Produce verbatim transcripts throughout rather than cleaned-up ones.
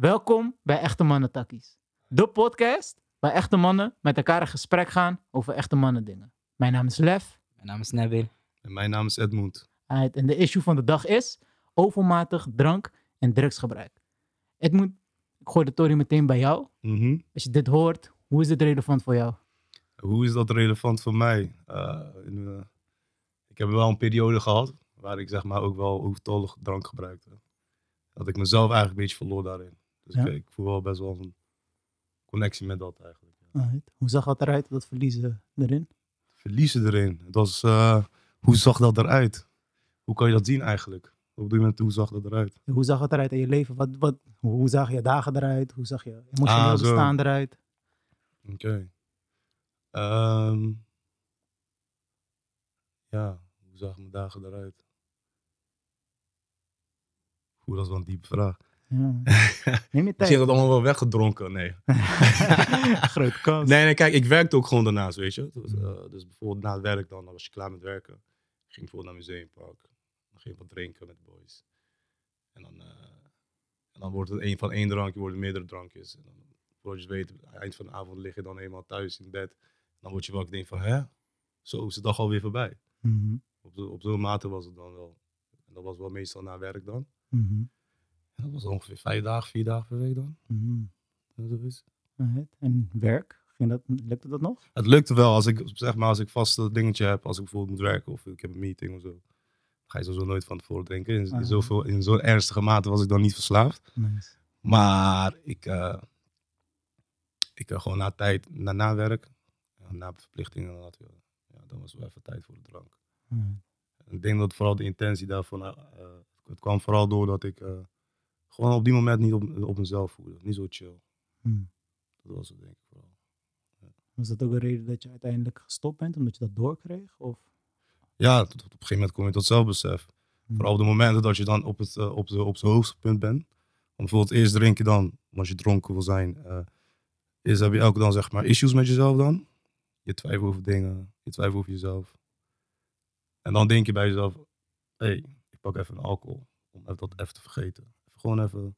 Welkom bij Echte Mannen Takkies. De podcast waar echte mannen met elkaar in gesprek gaan over echte mannen dingen. Mijn naam is Lef. Mijn naam is Nabil. En mijn naam is Edmund. Alright, en de issue van de dag is overmatig drank- en drugsgebruik. Edmund, ik gooi de tory meteen bij jou. Mm-hmm. Als je dit hoort, hoe is dit relevant voor jou? Hoe is dat relevant voor mij? Uh, in, uh, ik heb wel een periode gehad waar ik zeg maar ook wel overtollig drank gebruikte. Dat ik mezelf eigenlijk een beetje verloor daarin. Dus ja? ik, ik voel wel best wel een connectie met dat eigenlijk. Alright. Hoe zag dat eruit, dat verliezen erin? Verliezen erin? Het was, uh, hoe zag dat eruit? Hoe kan je dat zien eigenlijk? Op dit moment, hoe zag dat eruit? Hoe zag het eruit in je leven? Wat, wat, hoe zag je dagen eruit? Hoe zag je emotioneel ah, bestaan eruit? Oké. Okay. Um, ja, hoe zagen mijn dagen eruit? Oeh, dat is wel een diepe vraag. Ja. Neem je tijd. Ik zie dat allemaal wel weggedronken, nee. Grote kans. Nee, nee, kijk, ik werkte ook gewoon daarnaast, weet je. Dus, uh, dus bijvoorbeeld na het werk dan, dan was je klaar met werken. Ik ging bijvoorbeeld naar het museumpark. Dan ging ik wat drinken met de boys. En dan, uh, en dan wordt het een van één drankje, worden meerdere drankjes. En dan, voordat je het weet, aan het eind van de avond lig je dan helemaal thuis in bed. Dan word je wel, ik denk van, hè? Zo is de dag alweer voorbij. Mm-hmm. Op, zo, op zo'n mate was het dan wel. En dat was wel meestal na werk dan. Mm-hmm. En dat was ongeveer vijf dagen, vier dagen per week dan. Mm-hmm. En, zo is. En werk? Ging dat, lukte dat nog? Het lukte wel. Als ik, zeg maar, als ik vast een dingetje heb, als ik bijvoorbeeld moet werken of ik heb een meeting of zo. Ga je sowieso nooit van tevoren drinken. In, in, zoveel, in zo'n ernstige mate was ik dan niet verslaafd. Nice. Maar ik, uh, ik uh, gewoon na tijd, na, na werk, na verplichtingen, dan, ja, dan was er wel even tijd voor de drank. Mm. Ik denk dat vooral de intentie daarvan, uh, het kwam vooral doordat ik uh, gewoon op die moment niet op, op mezelf voelde. Niet zo chill. Mm. Dat was het denk ik vooral. Ja. Was dat ook een reden dat je uiteindelijk gestopt bent, omdat je dat doorkreeg? Of? Ja, tot, op een gegeven moment kom je tot zelfbesef. Mm. Vooral op de momenten dat je dan op het uh, op de, op zijn hoogste punt bent. Want bijvoorbeeld eerst drink je dan, als je dronken wil zijn, uh, eerst heb je elke dag zeg maar issues met jezelf dan. Je twijfelt over dingen, je twijfelt over jezelf. En dan denk je bij jezelf, hé, hey, ik pak even een alcohol om even dat even te vergeten. Even gewoon even,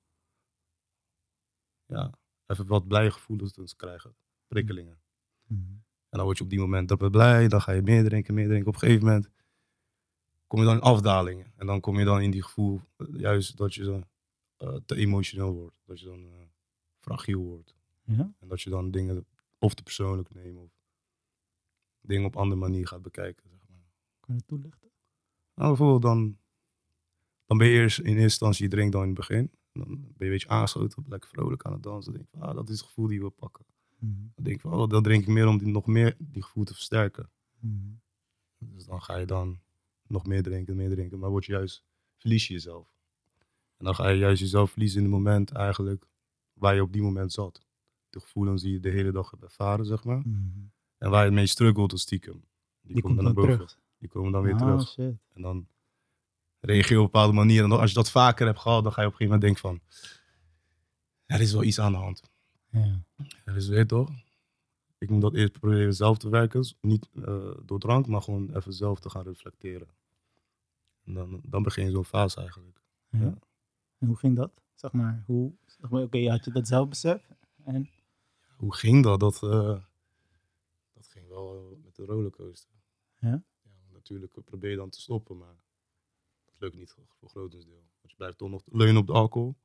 ja, even wat blije gevoelens te krijgen, prikkelingen. Mm. En dan word je op die moment dat blij, dan ga je meer drinken, meer drinken. Op een gegeven moment kom je dan in afdalingen. En dan kom je dan in die gevoel, juist dat je dan uh, te emotioneel wordt. Dat je dan uh, fragiel wordt. Ja? En dat je dan dingen of te persoonlijk neemt of dingen op andere manier gaat bekijken. Zeg maar. Kan je het toelichten? Nou, bijvoorbeeld dan, dan ben je eerst in eerste instantie, je drinkt dan in het begin. Dan ben je een beetje aangesloten, lekker vrolijk aan het dansen. Dan denk je van, ah, dat is het gevoel die we pakken. Mm-hmm. Dan denk je van, oh, dan drink ik meer om die, nog meer die gevoel te versterken. Mm-hmm. Dus dan ga je dan nog meer drinken, meer drinken. Maar word je juist, verlies je jezelf. En dan ga je juist jezelf verliezen in het moment eigenlijk waar je op die moment zat. De gevoelens die je de hele dag hebt ervaren, zeg maar. Mm-hmm. En waar je het mee struggelt als stiekem. Die, die komen komt dan, dan naar boven. terug. Die komen dan weer ah, terug. Shit. En dan reageer je op een bepaalde manier. En dan, als je dat vaker hebt gehad, dan ga je op een gegeven moment denken van, er is wel iets aan de hand. Ja. Er is weer toch? Ik moet dat eerst proberen zelf te werken. Niet uh, door drank, maar gewoon even zelf te gaan reflecteren. En dan, dan begin je zo'n fase eigenlijk. Ja. Ja. En hoe ging dat? Zeg maar, hoe, zeg maar, oké, okay, had je dat zelfbesef? En? Hoe ging dat? Dat, uh, dat ging wel uh, met de rollercoaster. Ja? Ja, natuurlijk probeer je dan te stoppen, maar dat lukt niet voor grotensdeel. Want je blijft toch nog leunen op de alcohol.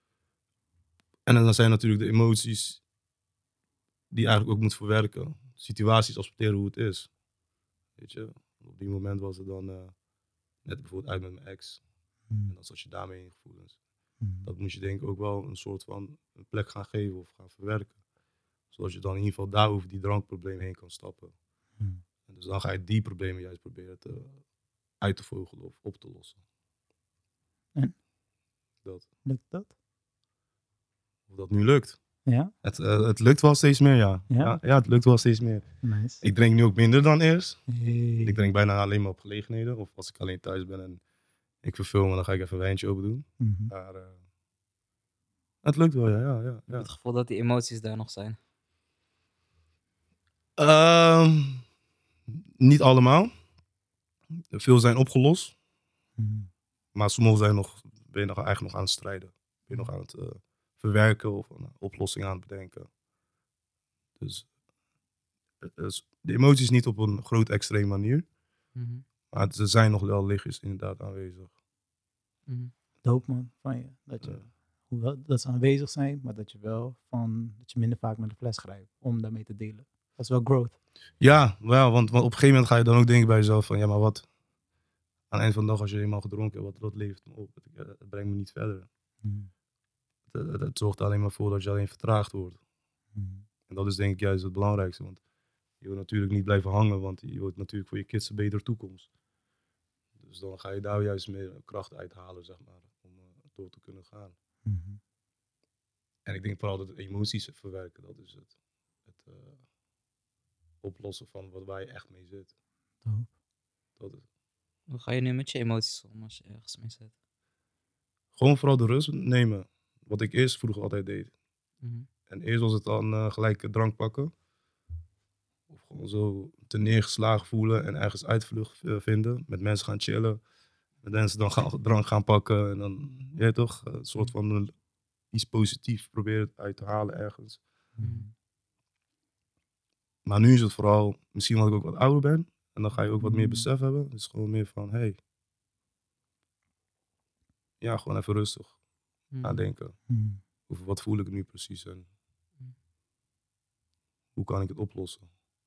En dan zijn natuurlijk de emoties die je eigenlijk ook moet verwerken. Situaties accepteren hoe het is. Weet je, op die moment was het dan uh, net bijvoorbeeld uit met mijn ex. Hmm. En dan zat je daarmee in gevoelens. Hmm. Dat moet je denk ik ook wel een soort van een plek gaan geven of gaan verwerken. Zodat je dan in ieder geval daar over die drankprobleem heen kan stappen. Hmm. En dus dan ga je die problemen juist proberen te, uit te vogelen of op te lossen. En? Dat. Lukt dat? Of dat nu lukt. Ja? Het, uh, het lukt wel steeds meer, ja. Ja? Ja, ja, het lukt wel steeds meer. Nice. Ik drink nu ook minder dan eerst. Hey. Ik drink bijna alleen maar op gelegenheden. Of als ik alleen thuis ben en ik verveel me, dan ga ik even een wijntje open doen. Mm-hmm. Maar uh, het lukt wel, ja. ja, ja, ja. Ik heb het gevoel dat die emoties daar nog zijn. Uh, niet allemaal. Veel zijn opgelost. Mm-hmm. Maar sommige zijn nog, ben je nog eigenlijk nog aan het strijden. Ben je nog aan het uh, verwerken of een oplossing aan het bedenken. Dus, dus de emoties niet op een groot extreem manier. Mhm. Maar ze zijn nog wel lichtjes inderdaad aanwezig. Mhm. Dope man, van je. Dat, je Ja. hoewel, dat ze aanwezig zijn, maar dat je wel van, dat je minder vaak naar de fles grijpt om daarmee te delen. Dat is wel growth. Ja, wel, want, want op een gegeven moment ga je dan ook denken bij jezelf van, ja, maar wat, aan het eind van de dag als je eenmaal gedronken hebt, wat, wat levert me op? Het, het brengt me niet verder. Mm. Het, het, het zorgt er alleen maar voor dat je alleen vertraagd wordt. Mm. En dat is denk ik juist het belangrijkste, want je wilt natuurlijk niet blijven hangen, want je wilt natuurlijk voor je kids een betere toekomst. Dus dan ga je daar juist meer kracht uithalen, zeg maar, om uh, door te kunnen gaan. Mm. En ik denk vooral dat emoties verwerken, dat is het. Het uh, oplossen van wat waar je echt mee zit. Dope. Dat is. Hoe ga je nu met je emoties om als je ergens mee zit? Gewoon vooral de rust nemen, wat ik eerst vroeger altijd deed. Mhm. En eerst was het dan uh, gelijk drank pakken. Of gewoon zo te neergeslagen voelen en ergens uitvlucht uh, vinden. Met mensen gaan chillen. Met mensen dan gaan, drank gaan pakken. En dan, je weet toch, een soort van uh, iets positiefs proberen uit te halen ergens. Mm. Maar nu is het vooral, misschien omdat ik ook wat ouder ben. En dan ga je ook wat meer Mm. besef hebben. Het is gewoon meer van, hey. Ja, gewoon even rustig Mhm. nadenken. Mm. Over wat voel ik nu precies en Mm. hoe kan ik het oplossen.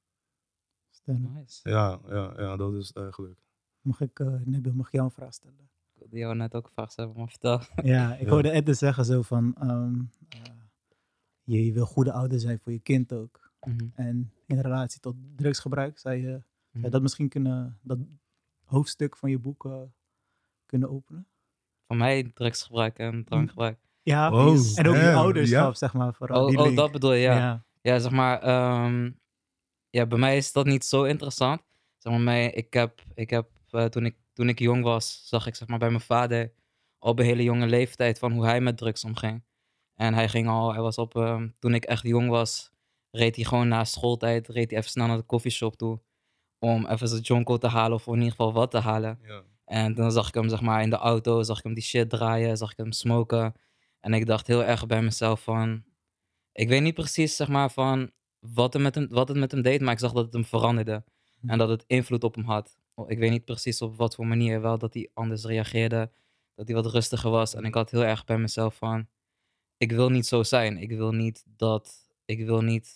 Sterk. Nice. Ja, ja, ja, dat is het eigenlijk. Mag ik, uh, Nabil, mag ik jou een vraag stellen? Ik wilde jou net ook een vraag stellen, maar vertel. Ja, ik Ja. hoorde Edde zeggen zo van, um, uh, je, je wil goede ouder zijn voor je kind ook. Mhm. En in relatie tot drugsgebruik, zou je, zou Mhm. je dat misschien kunnen, dat hoofdstuk van je boek uh, kunnen openen? Van mij drugsgebruik en drankgebruik. Ja, Oh, en ook je damn, ouderschap, ja. zeg maar. Vooral, Oh, die oh, link. dat bedoel je, ja. Ja. Ja, zeg maar, ehm, ja, bij mij is dat niet zo interessant. Zeg maar, mij, ik heb, ik heb uh, toen, ik, toen ik jong was, zag ik zeg maar, bij mijn vader op een hele jonge leeftijd van hoe hij met drugs omging. En hij ging al, hij was op, ehm, toen ik echt jong was, reed hij gewoon na schooltijd, reed hij even snel naar de koffieshop toe. Om even zijn jonko te halen of in ieder geval wat te halen. Ja. En dan zag ik hem zeg maar in de auto, zag ik hem die shit draaien, zag ik hem smoken. En ik dacht heel erg bij mezelf van, ik weet niet precies zeg maar van wat, er met hem, wat het met hem deed, maar ik zag dat het hem veranderde. En dat het invloed op hem had. Ik weet niet precies op wat voor manier, wel dat hij anders reageerde, dat hij wat rustiger was. En ik had heel erg bij mezelf van, ik wil niet zo zijn. Ik wil niet dat, ik wil niet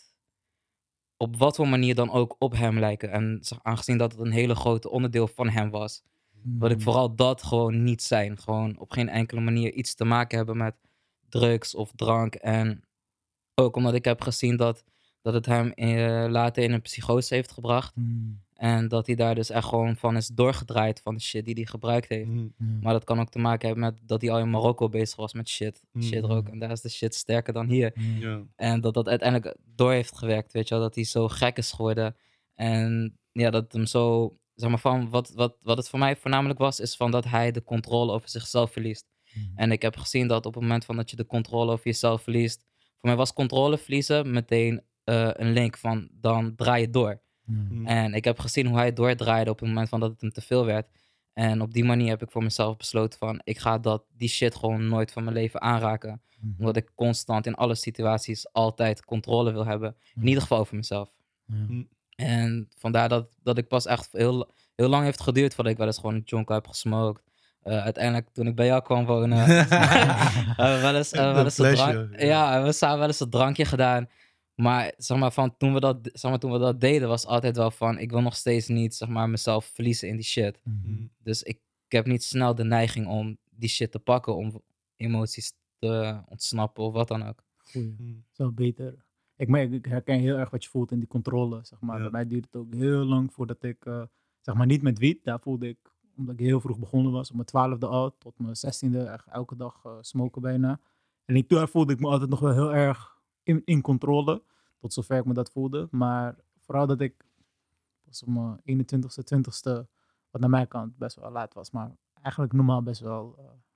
op wat voor manier dan ook op hem lijken. En zeg- aangezien dat het een hele grote onderdeel van hem was, wil ik vooral dat gewoon niet zijn. Gewoon op geen enkele manier iets te maken hebben met drugs of drank. En ook omdat ik heb gezien dat, dat het hem eh, later in een psychose heeft gebracht. Mm. En dat hij daar dus echt gewoon van is doorgedraaid van de shit die hij gebruikt heeft. Mhm. Ja. Maar dat kan ook te maken hebben met dat hij al in Marokko bezig was met shit. Mm. Shit roken. En daar is de shit sterker dan hier. Ja. Ja. En dat dat uiteindelijk door heeft gewerkt, weet je wel. Dat hij zo gek is geworden. En ja, dat hem zo, zeg maar van, wat, wat, wat het voor mij voornamelijk was, is van dat hij de controle over zichzelf verliest. Mm. En ik heb gezien dat op het moment van dat je de controle over jezelf verliest, voor mij was controle verliezen meteen uh, een link van, dan draai je door. Ja. Mhm. En ik heb gezien hoe hij doordraaide op het moment van dat het hem te veel werd. En op die manier heb ik voor mezelf besloten van, ik ga dat, die shit gewoon nooit van mijn leven aanraken. Mhm. Omdat ik constant in alle situaties altijd controle wil hebben. In Ja. ieder geval over mezelf. Ja. Mhm. En vandaar dat, dat ik pas echt heel, heel lang heeft geduurd voordat ik wel eens gewoon een jonko heb gesmoked. Uh, uiteindelijk toen ik bij jou kwam wonen, hebben we wel eens, uh, wel eens een drank, flesje, ja. ja, hebben we samen wel eens een drankje gedaan. Maar zeg maar, van toen we dat, zeg maar toen we dat deden, was altijd wel van, ik wil nog steeds niet zeg maar, mezelf verliezen in die shit. Mhm. Mhm. Dus ik, ik heb niet snel de neiging om die shit te pakken, om emoties te ontsnappen of wat dan ook. Goeie. Mhm. Zo beter. Ik, merk, ik herken heel erg wat je voelt in die controle, zeg maar. Ja. Bij mij duurde het ook heel lang voordat ik, uh, zeg maar niet met wiet, daar voelde ik, omdat ik heel vroeg begonnen was, op mijn twaalfde al, tot mijn zestiende, echt elke dag uh, smoken bijna. En ik, daar voelde ik me altijd nog wel heel erg in, in controle, tot zover ik me dat voelde. Maar vooral dat ik, was op mijn eenentwintigste, twintigste, wat naar mijn kant best wel laat was, maar eigenlijk normaal best wel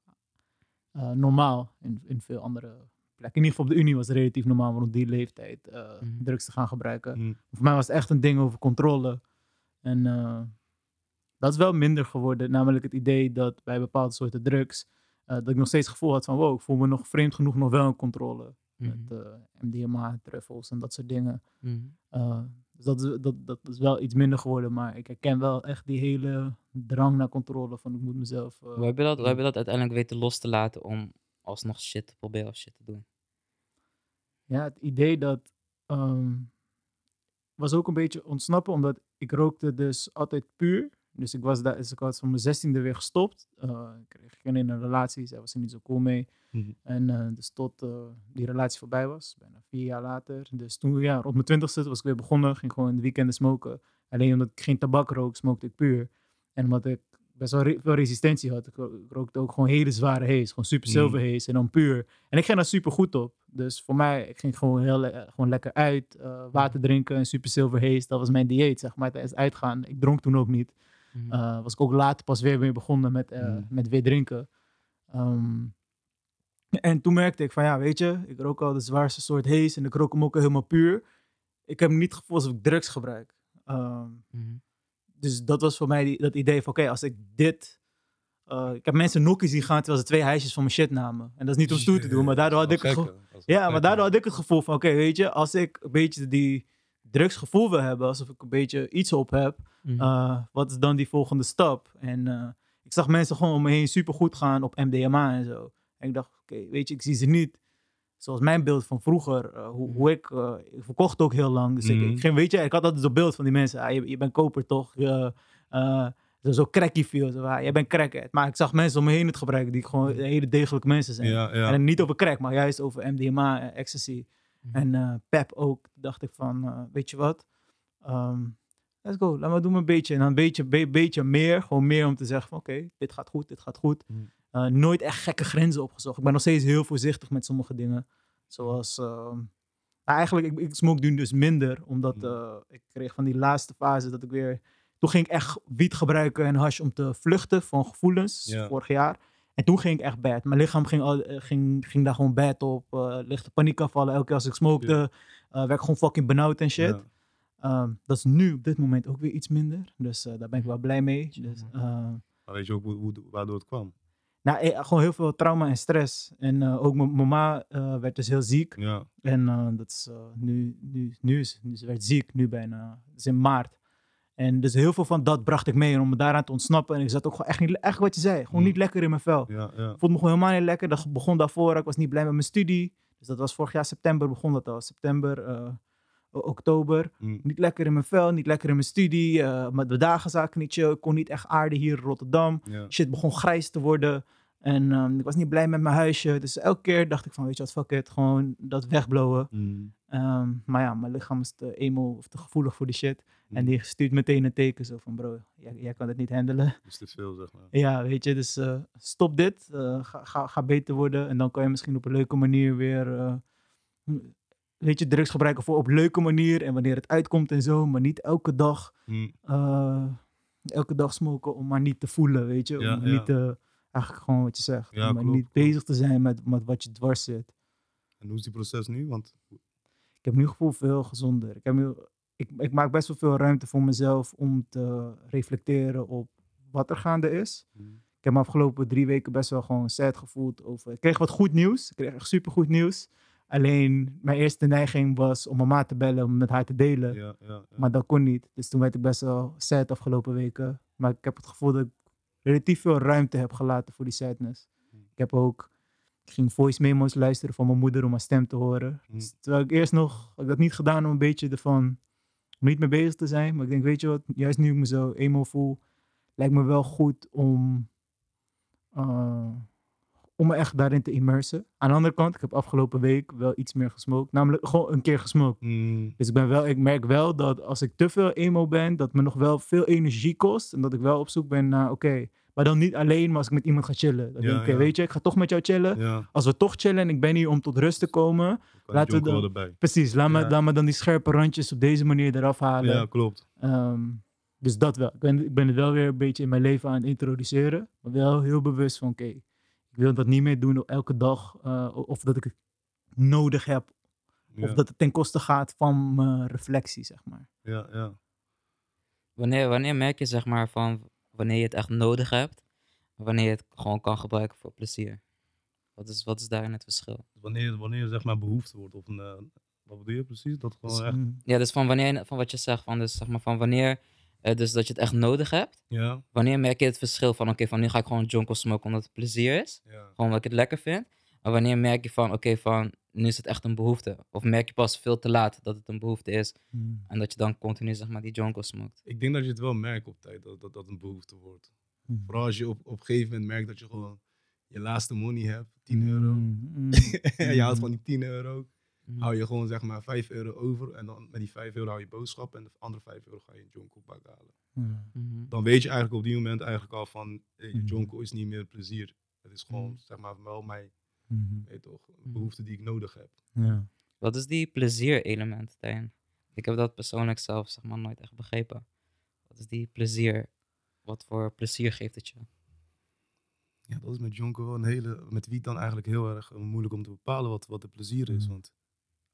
uh, uh, normaal in, in veel andere plekken. In ieder geval op de Unie was het relatief normaal om rond die leeftijd uh, Mhm. drugs te gaan gebruiken. Mhm. Voor mij was het echt een ding over controle. En uh, dat is wel minder geworden. Namelijk het idee dat bij bepaalde soorten drugs Uh, dat ik nog steeds het gevoel had van, wow, ik voel me nog vreemd genoeg nog wel in controle. Mhm. Met uh, M D M A, truffels en dat soort dingen. Mhm. Uh, dus dat is, dat, dat is wel iets minder geworden, maar ik herken wel echt die hele drang naar controle van ik moet mezelf... Uh, Hoe heb je dat, hoe heb je dat uiteindelijk weten los te laten om alsnog shit te proberen of shit te doen? Ja, het idee dat... Um, was ook een beetje ontsnappen, omdat ik rookte dus altijd puur. Dus ik was daar, dus ik was van mijn zestiende weer gestopt. Uh, ik kreeg geen in een relatie, zij was er niet zo cool mee. Mhm. En uh, dus tot uh, die relatie voorbij was, bijna vier jaar later. Dus toen, ja, rond mijn twintigste was ik weer begonnen, ging gewoon in de weekenden smoken. Alleen omdat ik geen tabak rook, smokte ik puur. En omdat ik best wel re- veel resistentie had. Ik, ro- ik rookte ook gewoon hele zware haze, gewoon super silver haze en dan puur. En ik ging daar super goed op. Dus voor mij, ik ging gewoon heel le- gewoon lekker uit, uh, water drinken en super silver haze. Dat was mijn dieet, zeg maar, tijdens uitgaan. Ik dronk toen ook niet. Mhm. Uh, was ik ook later pas weer weer begonnen met, uh, Mm. met weer drinken. Um, en toen merkte ik van, ja, weet je, ik rook al de zwaarste soort haze en ik rook hem ook al helemaal puur. Ik heb niet het gevoel alsof ik drugs gebruik. Um, Mhm. Dus dat was voor mij die, dat idee van, oké, okay, als ik dit... Uh, ik heb mensen nokkies zien gaan terwijl ze twee hijsjes van mijn shit namen. En dat is niet om stoer te doen, maar daardoor had ik het gevoel... Ja, maar daardoor had ik het gevoel van, oké, okay, weet je, als ik een beetje die drugsgevoel wil hebben, alsof ik een beetje iets op heb, Mhm. uh, wat is dan die volgende stap? En uh, ik zag mensen gewoon om me heen supergoed gaan op M D M A en zo. En ik dacht, oké, okay, weet je, ik zie ze niet zoals mijn beeld van vroeger, uh, hoe, hoe ik, uh, ik verkocht ook heel lang. Dus mm-hmm. ik, ik ging, weet je, ik had altijd zo'n beeld van die mensen. Ah, je, je bent koper toch? Uh, uh, zo, zo cracky feel. Zo, ah, jij bent crackhead. Maar ik zag mensen om me heen het gebruiken die gewoon hele degelijke mensen zijn. Ja, ja. En niet over crack, maar juist over M D M A en ecstasy. Mm-hmm. En uh, pep ook, dacht ik van, uh, weet je wat? Um, let's go, laat maar doen een beetje. En dan een beetje, be- beetje meer, gewoon meer om te zeggen van, oké, okay, dit gaat goed, dit gaat goed. Mm. Uh, nooit echt gekke grenzen opgezocht. Ik ben nog steeds heel voorzichtig met sommige dingen. Zoals, uh, nou eigenlijk, ik, ik smoke nu dus minder, omdat uh, ik kreeg van die laatste fase dat ik weer, toen ging ik echt wiet gebruiken en hash om te vluchten van gevoelens, ja. vorig jaar. En toen ging ik echt bad. Mijn lichaam ging, al, uh, ging, ging daar gewoon bad op, uh, lichte paniekaanvallen elke keer als ik smokte, ja. uh, werd ik gewoon fucking benauwd en shit. Ja. Um, dat is nu op dit moment ook weer iets minder, dus uh, daar ben ik wel blij mee. Dus, uh, maar weet je ook hoe, hoe, waardoor het kwam? Nou, gewoon heel veel trauma en stress. En uh, ook mijn mama uh, werd dus heel ziek. Ja. En uh, dat is uh, nu, nu, nu is nu, ze werd ziek, nu bijna, dus in maart. En dus heel veel van dat bracht ik mee om me daaraan te ontsnappen. En ik zat ook gewoon echt niet, echt wat je zei, gewoon mm. niet lekker in mijn vel. Ja, ja. Ik voelde me gewoon helemaal niet lekker. Dat begon daarvoor, ik was niet blij met mijn studie. Dus dat was vorig jaar september, begon dat al. September, uh, oktober. Mm. Niet lekker in mijn vel, niet lekker in mijn studie. Uh, maar de dagen zaken niet chill. Ik kon niet echt aarden hier in Rotterdam. Ja. Shit begon grijs te worden. En um, ik was niet blij met mijn huisje. Dus elke keer dacht ik van, weet je wat, fuck it. Gewoon dat wegblowen. Mm. Um, maar ja, mijn lichaam is te emo of te gevoelig voor die shit. Mm. En die stuurt meteen een teken zo van, bro, jij, jij kan het niet handelen. Is te veel, zeg maar. Ja, weet je, dus uh, stop dit. Uh, ga, ga, ga beter worden. En dan kan je misschien op een leuke manier weer, uh, weet je, drugs gebruiken voor op een leuke manier. En wanneer het uitkomt en zo. Maar niet elke dag, mm. uh, elke dag smoken om maar niet te voelen, weet je. Om ja, ja. niet te... Eigenlijk gewoon wat je zegt. Ja, maar klopt, niet klopt. bezig te zijn met, met wat je dwars zit. En hoe is die proces nu? Want... Ik heb nu gevoel veel gezonder. Ik, heb nu, ik, ik maak best wel veel ruimte voor mezelf om te reflecteren op wat er gaande is. Mm. Ik heb me afgelopen drie weken best wel gewoon sad gevoeld over... Ik kreeg wat goed nieuws. Ik kreeg echt supergoed nieuws. Alleen mijn eerste neiging was om mama te bellen om met haar te delen. Ja, ja, ja. Maar dat kon niet. Dus toen werd ik best wel sad afgelopen weken. Maar ik heb het gevoel dat ik relatief veel ruimte heb gelaten voor die sadness. Mm. Ik heb ook... Ik ging voice memo's luisteren van mijn moeder om haar stem te horen. Mm. Dus terwijl ik eerst nog... Ik had dat niet gedaan om een beetje ervan... Om niet mee bezig te zijn. Maar ik denk, weet je wat? Juist nu ik me zo emo voel... Lijkt me wel goed om... Uh, om me echt daarin te immersen. Aan de andere kant, ik heb afgelopen week wel iets meer gesmokt. Namelijk gewoon een keer gesmokt. Mm. Dus ik, ben wel, ik merk wel dat als ik te veel emo ben... Dat me nog wel veel energie kost. En dat ik wel op zoek ben naar... Oké, okay, maar dan niet alleen, maar als ik met iemand ga chillen. Dan ja, denk ik, okay, ja. weet je, ik ga toch met jou chillen. Ja. Als we toch chillen en ik ben hier om tot rust te komen... Laten we dan, erbij. Precies, laat, ja. me, laat me dan die scherpe randjes op deze manier eraf halen. Ja, klopt. Um, dus dat wel. Ik ben, ik ben het wel weer een beetje in mijn leven aan het introduceren. Maar wel heel bewust van, oké, okay, ik wil dat niet meer doen elke dag. Uh, of dat ik het nodig heb. Ja. Of dat het ten koste gaat van mijn reflectie, zeg maar. Ja, ja. Wanneer, wanneer merk je, zeg maar, van wanneer je het echt nodig hebt? wanneer je het gewoon kan gebruiken voor plezier. Wat is, wat is daarin het verschil? Wanneer, wanneer zeg maar behoefte wordt of een, uh, wat bedoel je precies? Dat gewoon echt, Mm. Ja, dus van wanneer, van wat je zegt, van, dus, zeg maar, van wanneer, uh, dus dat je het echt nodig hebt. ja, Wanneer merk je het verschil van, oké, okay, van nu ga ik gewoon jonko smoken omdat het plezier is. ja. Gewoon omdat ik het lekker vind. Maar wanneer merk je van, oké, okay, van nu is het echt een behoefte. Of merk je pas veel te laat dat het een behoefte is. Mm. En dat je dan continu, zeg maar, die jonko smokt. Ik denk dat je het wel merkt op tijd dat dat, dat een behoefte wordt. Mm. Vooral als je op, op een gegeven moment merkt dat je gewoon je laatste money hebt, tien euro. Mm. Mm. En je houdt van die tien euro. Mhm. Hou je gewoon zeg maar vijf euro over. En dan met die vijf euro hou je boodschappen. En de andere vijf euro ga je een jonko bak halen. Mm. Mhm. Dan weet je eigenlijk op die moment eigenlijk al van... Hey, Mhm. jonko is niet meer plezier. Het is gewoon Mhm. zeg maar wel mijn Mm. weet toch, behoefte die ik nodig heb. Ja. Wat is die plezierelement daarin? Ik heb dat persoonlijk zelf, zeg maar, nooit echt begrepen. Wat is die plezier? Wat voor plezier geeft het je? Ja, dat is met jonko wel een hele... Met wiet dan eigenlijk heel erg uh, moeilijk om te bepalen wat, wat de plezier is. Mhm. Want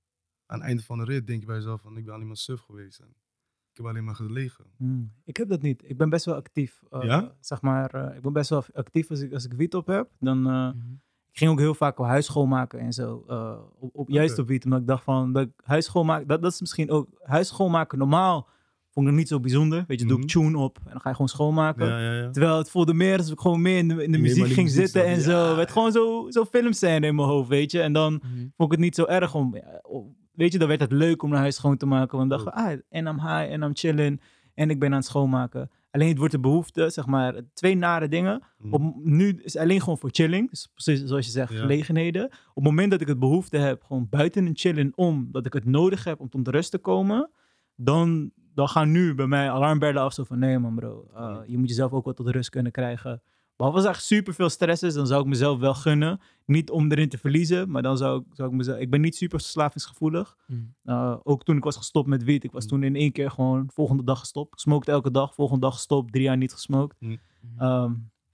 aan het einde van de rit denk je bij jezelf van... Ik ben alleen maar suf geweest. En ik heb alleen maar gelegen. Mm. Ik heb dat niet. Ik ben best wel actief. Uh, Ja? Zeg maar, uh, ik ben best wel actief als ik, als ik wiet op heb. Dan, uh, Mhm. ik ging ook heel vaak wel huis schoonmaken en zo. Uh, op, op, juist Oké. op wiet, omdat ik dacht van, dat ik huis schoonmaken, dat, dat is misschien ook, huis schoonmaken normaal vond ik nog niet zo bijzonder. Weet je, doe ik Mhm. tune op en dan ga je gewoon schoonmaken. Ja, ja, ja. Terwijl het voelde meer alsof ik gewoon meer in de, in de Je muziek maar die ging muziek zitten zat, en ja. zo. Het werd gewoon zo, zo filmscène in mijn hoofd, weet je. En dan Mhm. vond ik het niet zo erg om, ja, om- weet je, dan werd het leuk om naar huis schoon te maken. Want dan dacht ik, ah, en I'm high en I'm chilling en ik ben aan het schoonmaken. Alleen het wordt de behoefte, zeg maar, twee nare dingen. Mhm. Op, nu is het alleen gewoon voor chilling. Dus precies zoals je zegt, Ja. gelegenheden. Op het moment dat ik het behoefte heb, gewoon buiten een chillen om, dat ik het nodig heb om tot rust te komen, dan, dan gaan nu bij mij alarmbellen af. Zo van, nee man bro, uh, Ja. je moet jezelf ook wel tot rust kunnen krijgen. Behalve als er echt super veel stress is, dan zou ik mezelf wel gunnen. Niet om erin te verliezen, maar dan zou ik, zou ik mezelf... Ik ben niet super verslavingsgevoelig. Mhm. Uh, ook toen ik was gestopt met wiet. Ik was Mm. toen in één keer gewoon volgende dag gestopt. Ik smokte elke dag, volgende dag gestopt. Drie jaar niet gesmokt. Mhm. Ehm,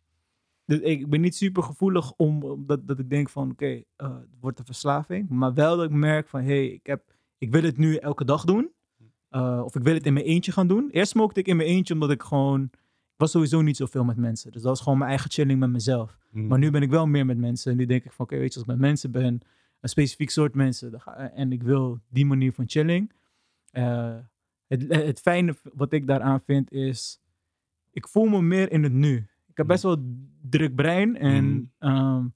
dus ik ben niet super gevoelig om om dat, dat ik denk van oké, okay, uh, het wordt een verslaving. Maar wel dat ik merk van hé, hey, ik, heb, ik wil het nu elke dag doen. Uh, of ik wil het in mijn eentje gaan doen. Eerst smokte ik in mijn eentje omdat ik gewoon... Ik was sowieso niet zoveel met mensen. Dus dat was gewoon mijn eigen chilling met mezelf. Mhm. Maar nu ben ik wel meer met mensen. En nu denk ik van oké, okay, weet je, als ik met mensen ben, een specifiek soort mensen, dan ga, en ik wil die manier van chilling. Uh, het, het fijne wat ik daaraan vind is, ik voel me meer in het nu. Ik heb best wel druk brein en Mhm. um,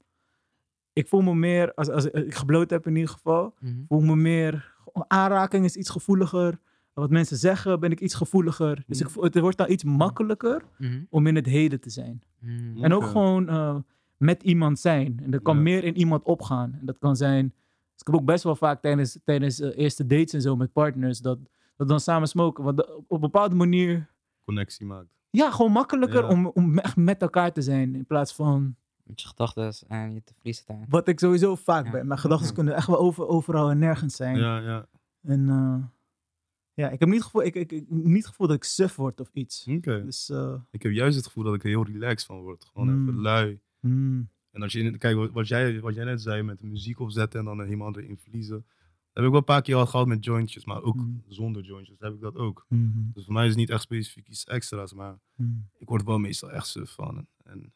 ik voel me meer, als, als ik gebloot heb in ieder geval, Mhm. voel me meer, aanraking is iets gevoeliger. Wat mensen zeggen, ben ik iets gevoeliger. Dus ik, voel- het wordt dan iets makkelijker Mhm. om in het heden te zijn. Mhm. En ook Oké. gewoon uh, met iemand zijn. En er kan Ja. meer in iemand opgaan. En dat kan zijn... Dus ik heb ook best wel vaak tijdens, tijdens uh, eerste dates en zo met partners... dat we dan samen smoken. Want de- op een bepaalde manier... Connectie maakt. Ja, gewoon makkelijker Ja. om, om echt met elkaar te zijn. In plaats van Met je gedachten en je te verliezen daarin. wat ik sowieso vaak Ja. ben. Mijn gedachten Ja. kunnen echt wel over, overal en nergens zijn. Ja, ja. En uh, ja, ik heb niet het gevoel, ik, ik, ik- niet het gevoel dat ik suf word of iets. Oké. Dus... Uh, Ik heb juist het gevoel dat ik er heel relaxed van word. Gewoon Mm. even lui. mm, En als je, in, kijk, wat- wat jij, wat jij net zei, met de muziek opzetten en dan helemaal erin verliezen. Dat heb ik wel een paar keer al gehad met jointjes, maar ook Mm. zonder jointjes heb ik dat ook. mm, Dus voor mij is het niet echt specifiek iets extra's, maar mm. ik word er wel meestal echt suf van. En, en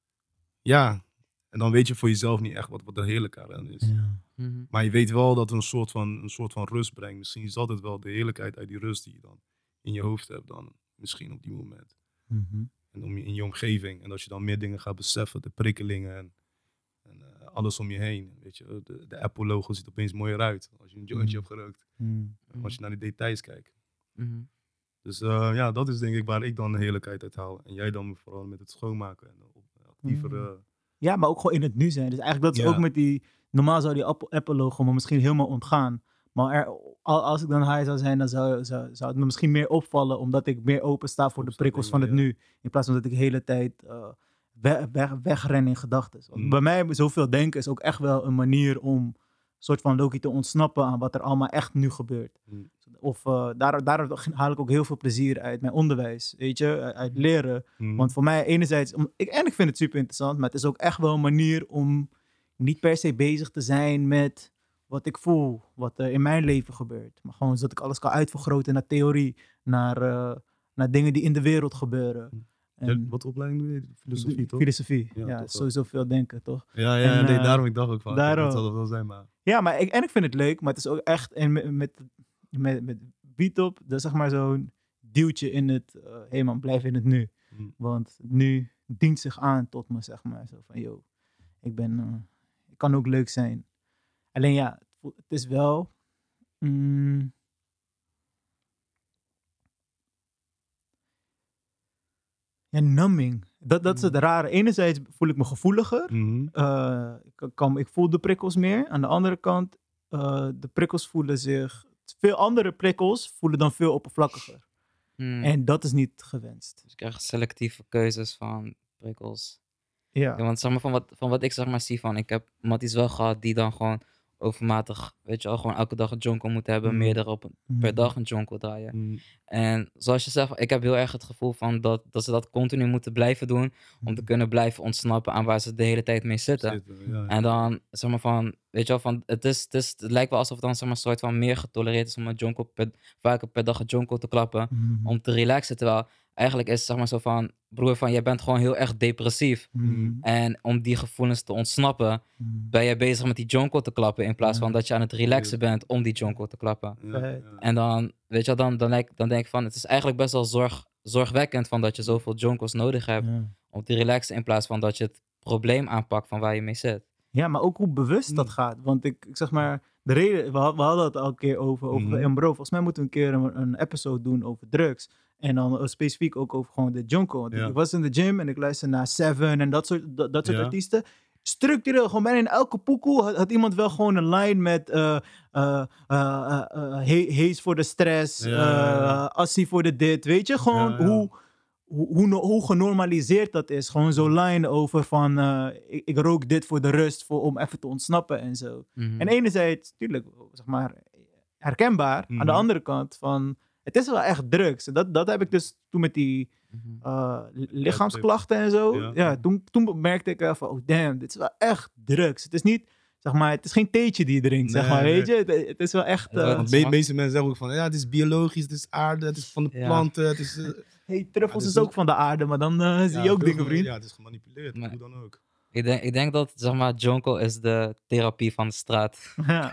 ja, en dan weet je voor jezelf niet echt wat, wat de heerlijkheid aan is. Ja. Mhm. Maar je weet wel dat het een soort, van, een soort van rust brengt. Misschien is dat het wel de heerlijkheid uit die rust die je dan in je hoofd hebt dan. Misschien op die moment. Mhm. En om je, in je omgeving. En dat je dan meer dingen gaat beseffen. De prikkelingen en, en eh, alles om je heen. Weet je, de, de Apple-logo ziet opeens mooier uit. Als je een jointje Mhm. hebt gerookt. Mm. Als je naar de details kijkt. Mhm. Dus eh, ja, dat is denk ik waar ik dan de heerlijkheid uit haal. En jij dan vooral met het schoonmaken. En op, actiever, Mhm. eh, Ja, maar ook gewoon in het nu zijn. Dus eigenlijk dat is Ja. ook met die... Normaal zou die Apple- Apple-logo me misschien helemaal ontgaan. Maar er, al- als ik dan high zou zijn, dan zou, zou, zou het me misschien meer opvallen. Omdat ik meer open sta voor de Opsta prikkels van dingen, het ja. nu. In plaats van dat ik de hele tijd uh, weg, weg, wegren in gedachten. Want Mm. bij mij, zoveel denken is ook echt wel een manier om... een soort van Loki te ontsnappen aan wat er allemaal echt nu gebeurt. Mm. Of uh, daar, daar haal ik ook heel veel plezier uit mijn onderwijs. Weet je, uit leren. mm. Want voor mij enerzijds, om, ik, en ik vind het super interessant, maar het is ook echt wel een manier om niet per se bezig te zijn met wat ik voel, wat er in mijn leven gebeurt. Maar gewoon zodat ik alles kan uitvergroten naar theorie, naar, uh, naar dingen die in de wereld gebeuren. Mm. Ja, En wat opleiding doe je? Filosofie, toch? Filosofie, ja, Ja, toch, sowieso veel denken, toch? Ja, ja, En, nee, eh, daarom ik dacht ook van, daarom. dat zal het wel zijn, maar... Ja, maar ik, en ik vind het leuk, maar het is ook echt, en met, met, met, met Beatop, dat is zeg maar zo'n duwtje in het, hé uh, hey man, blijf in het nu. Mm. Want nu dient zich aan tot me, zeg maar. Zo van, yo, ik ben, uh, ik kan ook leuk zijn. Alleen ja, het, voelt- het is wel, mm, ja, numbing. Dat, dat is het rare. Enerzijds voel ik me gevoeliger. Mhm. Uh, ik, kan, ik voel de prikkels meer. Aan de andere kant, uh, de prikkels voelen zich... Veel andere prikkels voelen dan veel oppervlakkiger. Hmm. En dat is niet gewenst. Dus je krijgt selectieve keuzes van prikkels. Ja. Ja, want zeg maar, van wat, van wat ik zeg maar zie van, ik heb matties wel gehad die dan gewoon overmatig, weet je wel, gewoon elke dag een jonko moeten hebben, Mm. meerdere op, Mm. per dag een jonko draaien. Mm. En zoals je zegt, ik heb heel erg het gevoel van dat, dat ze dat continu moeten blijven doen om te kunnen blijven ontsnappen aan waar ze de hele tijd mee zitten. Zitten, ja, ja. En dan, zeg maar van, weet je wel, van, het, is, het, is, het lijkt wel alsof het dan zeg maar, een soort van meer getolereerd is om een jonko per, vaker per dag een jonko te klappen, Mhm. om te relaxen. Terwijl eigenlijk is het zeg maar zo van, broer, van, jij bent gewoon heel erg depressief. Mhm. En om die gevoelens te ontsnappen, Mhm. ben je bezig met die jonko te klappen in plaats van Ja. dat je aan het relaxen bent om die jonko te klappen. Ja, ja. En dan, weet je wel, dan, dan, denk, dan denk ik van, het is eigenlijk best wel zorg, zorgwekkend van dat je zoveel jonkos nodig hebt Ja. om te relaxen in plaats van dat je het probleem aanpakt van waar je mee zit. Ja, maar ook hoe bewust dat Mm. gaat. Want ik, ik zeg maar, de reden, we, had- we hadden het al een keer over, over Mhm. en bro, volgens mij moeten we een keer een, een episode doen over drugs. En dan uh, specifiek ook over gewoon de Junko. Want Ja. Ik was in de gym en ik luisterde naar Seven en dat soort, dat, dat soort Ja. artiesten. Structureel, gewoon bijna in elke pokoe had, had iemand wel gewoon een line met uh, uh, uh, uh, he- Haze voor de stress, Ja, ja, ja. uh, Assie voor de dit. Weet je, gewoon Ja, ja. hoe... Hoe, hoe, no- hoe genormaliseerd dat is. Gewoon zo'n line over van... uh, ik, ik rook dit voor de rust, voor, om even te ontsnappen en zo. Mhm. En enerzijds, tuurlijk, zeg maar, herkenbaar. Aan de Mhm. andere kant van... Het is wel echt drugs. En dat, dat heb ik dus toen met die Mhm. uh, li- lichaamsklachten en zo. Ja. Ja, toen, toen merkte ik wel van... Oh damn, dit is wel echt drugs. Het is niet... Zeg maar, het is geen theetje die je drinkt, zeg Nee, maar, nee. weet je? Het, het is wel echt... Ja, uh, Want smaak- de meeste mensen zeggen ook van, ja, het is biologisch, het is aarde, het is van de Ja. planten, het is... eh, hey, truffels Ja, is dit ook van de aarde, maar dan uh, zie ja, je ook veel dingen, gema- vriend. Ja, het is gemanipuleerd, Maar- hoe dan ook. Ik denk, ik denk dat, zeg maar, jonko is de therapie van de straat. Ja.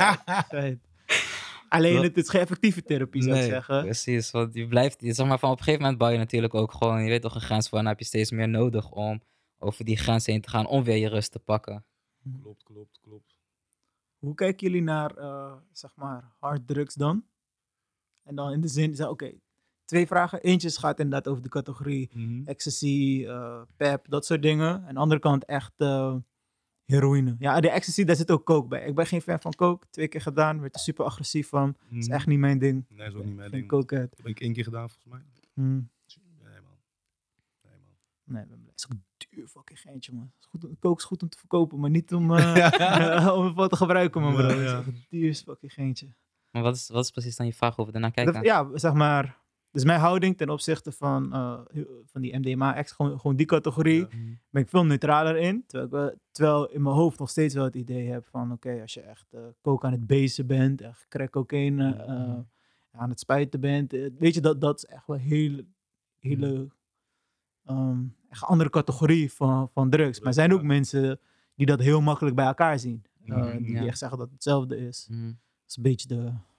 Feit. Alleen Wel- het is geen effectieve therapie, zou ik Nee, zeggen. precies. Want je blijft, je- zeg maar, van op een gegeven moment bouw je natuurlijk ook gewoon, je weet toch, een grens voor en dan heb je steeds meer nodig om over die grens heen te gaan om weer je rust te pakken. Klopt, klopt, klopt. Hoe kijken jullie naar, eh, zeg maar, harddrugs dan? En dan in de zin, zeg, oké, twee vragen. Eentje gaat inderdaad over de categorie Mhm. ecstasy, eh, pep, dat soort dingen. En aan de andere kant echt eh, heroïne. Ja, de ecstasy, daar zit ook coke bij. Ik ben geen fan van coke. Twee keer gedaan, werd er super agressief van. Dat is Mhm. echt niet mijn ding. Nee, is ook niet mijn Geen ding. coke uit. Dat heb ik één keer gedaan, volgens mij. Hmm. Nee, man. Nee, man. Nee, ik ben blij. Het is ook een duur fucking geintje, man. Het is goed, coke is goed om te verkopen, maar niet om, eh, eh, om ervoor te gebruiken, man, bro. Ja, Het is ja. echt een duur fucking geintje. Maar wat is, wat is precies dan je vraag over daarna kijken? Dat- ja, zeg maar. Dus mijn houding ten opzichte van, eh, van die M D M A-ex, gewoon, gewoon die categorie, Ja. Mhm. ben ik veel neutraler in. Terwijl ik wel- terwijl in mijn hoofd nog steeds wel het idee heb van, oké, als je echt eh coke aan het bezen bent, echt crack cocaïne eh, aan het spuiten bent, eh, weet je, dat, dat is echt wel een hele, hele ehm, echt een andere categorie van, van drugs. Maar er zijn ook Ja. mensen die dat heel makkelijk bij elkaar zien. Eh, Mhm. die Ja. echt zeggen dat het hetzelfde is. Mhm. Dat is een beetje de...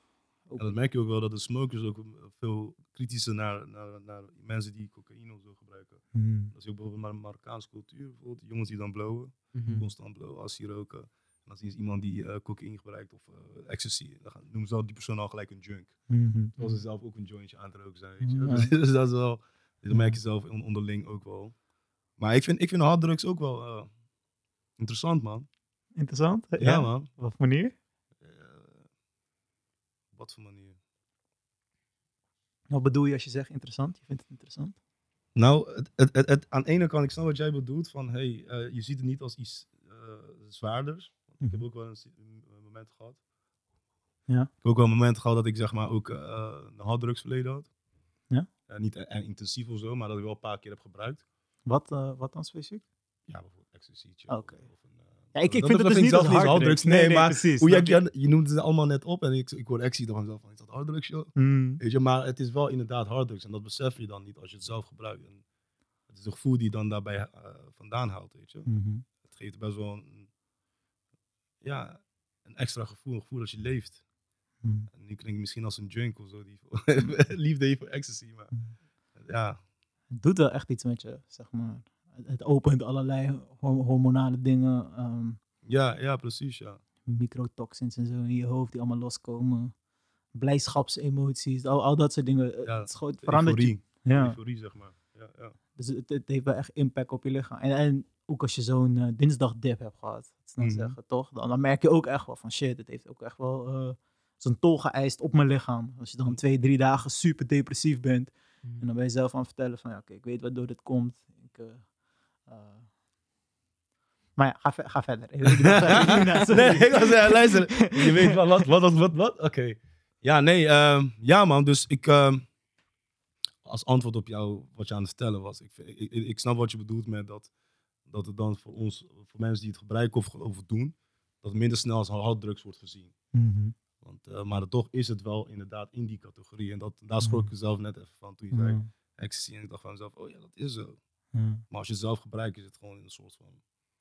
En dat merk je ook wel, dat de smokers ook veel kritischer naar, naar, naar mensen die cocaïne of zo gebruiken. Hmm. Dat is ook bijvoorbeeld naar de Marokkaanse cultuur. Bijvoorbeeld, die jongens die dan blowen, Mhm. constant blowen, als die roken. En dan zien ze iemand die eh cocaïne gebruikt of eh, ecstasy. Dan gaan- noemen ze al die persoon al gelijk een junk. Mhm. Terwijl ze zelf ook een jointje aan het roken zijn. Weet je? Ja. Dus, dus dat is wel, dat merk je zelf on- onderling ook wel. Maar ik vind, ik vind harddrugs ook wel eh, interessant, man. Interessant. Ja, Ja, man. Op wat voor manier? Eh, op wat voor manier? Wat bedoel je als je zegt interessant? Je vindt het interessant? Nou, het, het, het, het- aan de ene kant, ik snap wat jij bedoelt, van hey, eh, je ziet het niet als iets eh, zwaarders. Want ik heb ook wel eens een, een moment gehad. Ja. Ik heb ook wel een moment gehad dat ik zeg maar ook eh een harddrugsverleden had. Ja. Eh, niet e- en intensief of zo, maar dat ik wel een paar keer heb gebruikt. Wat, eh, wat dan specifiek? Ja, bijvoorbeeld ecstasy. Oké. Of een, eh, Ja, ik, ik dat- vind dat het dus vind ik niet als zelf harddrugs. Nee, maar precies. hoe jij, snap je? je, je noemde ze allemaal net op en ik, ik hoor ecstasy dan vanzelf van, is dat harddrugs, joh? Hmm. Weet je, maar het is wel inderdaad harddrugs en dat besef je dan niet als je het zelf gebruikt. En het is een gevoel die je dan daarbij uh, vandaan haalt, weet je. Mm-hmm. Het geeft best wel een, ja, een extra gevoel, een gevoel dat je leeft. Mm. En nu klink ik misschien als een junk of zo, die liefde heeft voor ecstasy, maar Mm. ja. Het doet wel echt iets met je, zeg maar. Het, het opent allerlei ho- hormonale dingen, um, Ja, ja, precies, ja. microtoxins en zo in je hoofd die allemaal loskomen. Blijdschapsemoties, al, al dat soort dingen. Ja, het, is gewoon, het verandert euforie. je. Ja. Euforie, zeg maar. Ja, ja. Dus het, het heeft wel echt impact op je lichaam. En, en ook als je zo'n uh, dinsdagdip hebt gehad, dat is dan Mhm. zeggen, toch? Dan, dan merk je ook echt wel van shit, het heeft ook echt wel uh, zo'n tol geëist op mijn lichaam. Als je dan twee, drie dagen super depressief bent en dan ben je zelf aan het vertellen van ja, oké, okay, ik weet waardoor dit komt. Ik, uh, uh... Maar ja, ga, ve- ga verder. Ik weet niet of dat- Nee, ik was zeggen, luister, je weet wat, wat, wat, wat, wat? Oké. Okay. Ja, nee, uh, ja man, dus ik, uh, als antwoord op jou, wat je aan het vertellen was, ik, ik, ik, ik snap wat je bedoelt met dat, dat het dan voor ons, voor mensen die het gebruiken of, of doen, dat het minder snel als harddrugs wordt gezien. Mm-hmm. Want, uh, maar toch is het wel inderdaad in die categorie. En dat, daar schrok ik zelf net even van toen je Mm. zei ecstasy. En ik dacht van mezelf, oh ja, dat is zo. Mm. Maar als je het zelf gebruikt, is het gewoon in een soort van...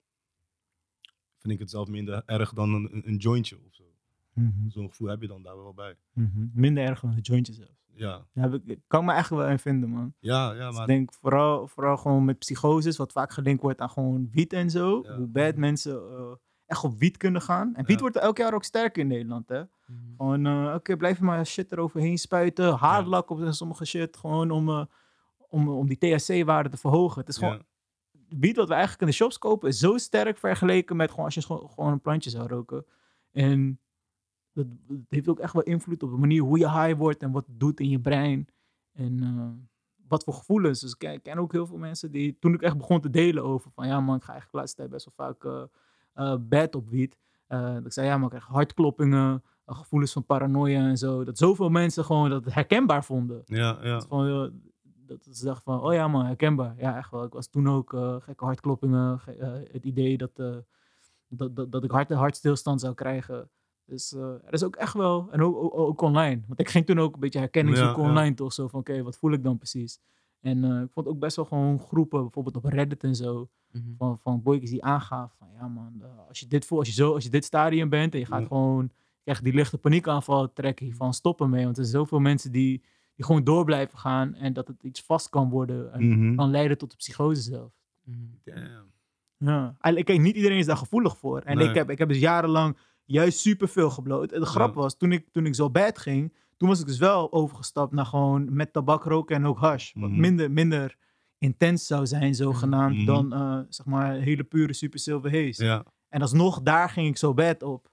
Vind ik het zelf minder erg dan een, een, een jointje of zo. Mm-hmm. Zo'n gevoel heb je dan daar wel bij. Mm-hmm. Minder erg dan een jointje zelfs. Ja. Ja, ik kan me echt wel in vinden, man. Ja, ja, Dus maar... ik denk vooral, vooral gewoon met psychoses, wat vaak gelinkt wordt aan gewoon wiet en zo. Ja. Hoe bad mensen uh, echt op wiet kunnen gaan. En wiet Ja. wordt elk jaar ook sterker in Nederland, hè. Mhm. Gewoon, uh, oké, okay, blijf maar shit eroverheen spuiten. Haarlak op sommige shit, gewoon om, uh, om, om die T H C-waarde te verhogen. Het is gewoon... Ja. Wiet wat we eigenlijk in de shops kopen is zo sterk vergeleken met gewoon als je gewoon, gewoon een plantje zou roken. En dat, dat heeft ook echt wel invloed op de manier hoe je high wordt en wat het doet in je brein. En uh, wat voor gevoelens. Dus ik ken ook heel veel mensen die, toen ik echt begon te delen over van ja man, ik ga eigenlijk de laatste tijd best wel vaak uh, uh, bad op wiet. Uh, dat ik zei ja man, ik krijg hartkloppingen, uh, gevoelens van paranoia en zo. Dat zoveel mensen gewoon dat herkenbaar vonden. Ja, ja. Dat, gewoon, uh, dat ze dachten van oh ja man, herkenbaar. Ja echt wel, ik was toen ook uh, gekke hartkloppingen. Ge- uh, het idee dat, uh, dat, dat, dat ik hart, hartstilstand zou krijgen. Dus uh, er is ook echt wel, en ook, ook, ook online. Want ik ging toen ook een beetje herkenning Ja, zoeken ja. online toch. Zo van, oké, okay, wat voel ik dan precies? En uh, ik vond ook best wel gewoon groepen, bijvoorbeeld op Reddit en zo. Mhm. Van, van boykes die aangaven van, ja man, uh, als je dit voelt, als je zo, als je dit stadium bent en je gaat Ja. gewoon, je krijgt die lichte paniekaanval, trek je van stoppen mee. Want er zijn zoveel mensen die, die gewoon door blijven gaan en dat het iets vast kan worden en Mhm. kan leiden tot de psychose zelf. Mhm. Damn. Ja, eigenlijk, kijk, niet iedereen is daar gevoelig voor. En Nee. ik, heb, ik heb dus jarenlang juist superveel gebloot. En de grap Ja. was, toen ik, toen ik zo bad ging, toen was ik dus wel overgestapt naar gewoon met tabak roken en ook hash. Wat Mhm. minder, minder intens zou zijn, zogenaamd, Mhm. dan uh, zeg maar hele pure super silver haze. Ja. En alsnog, daar ging ik zo bad op.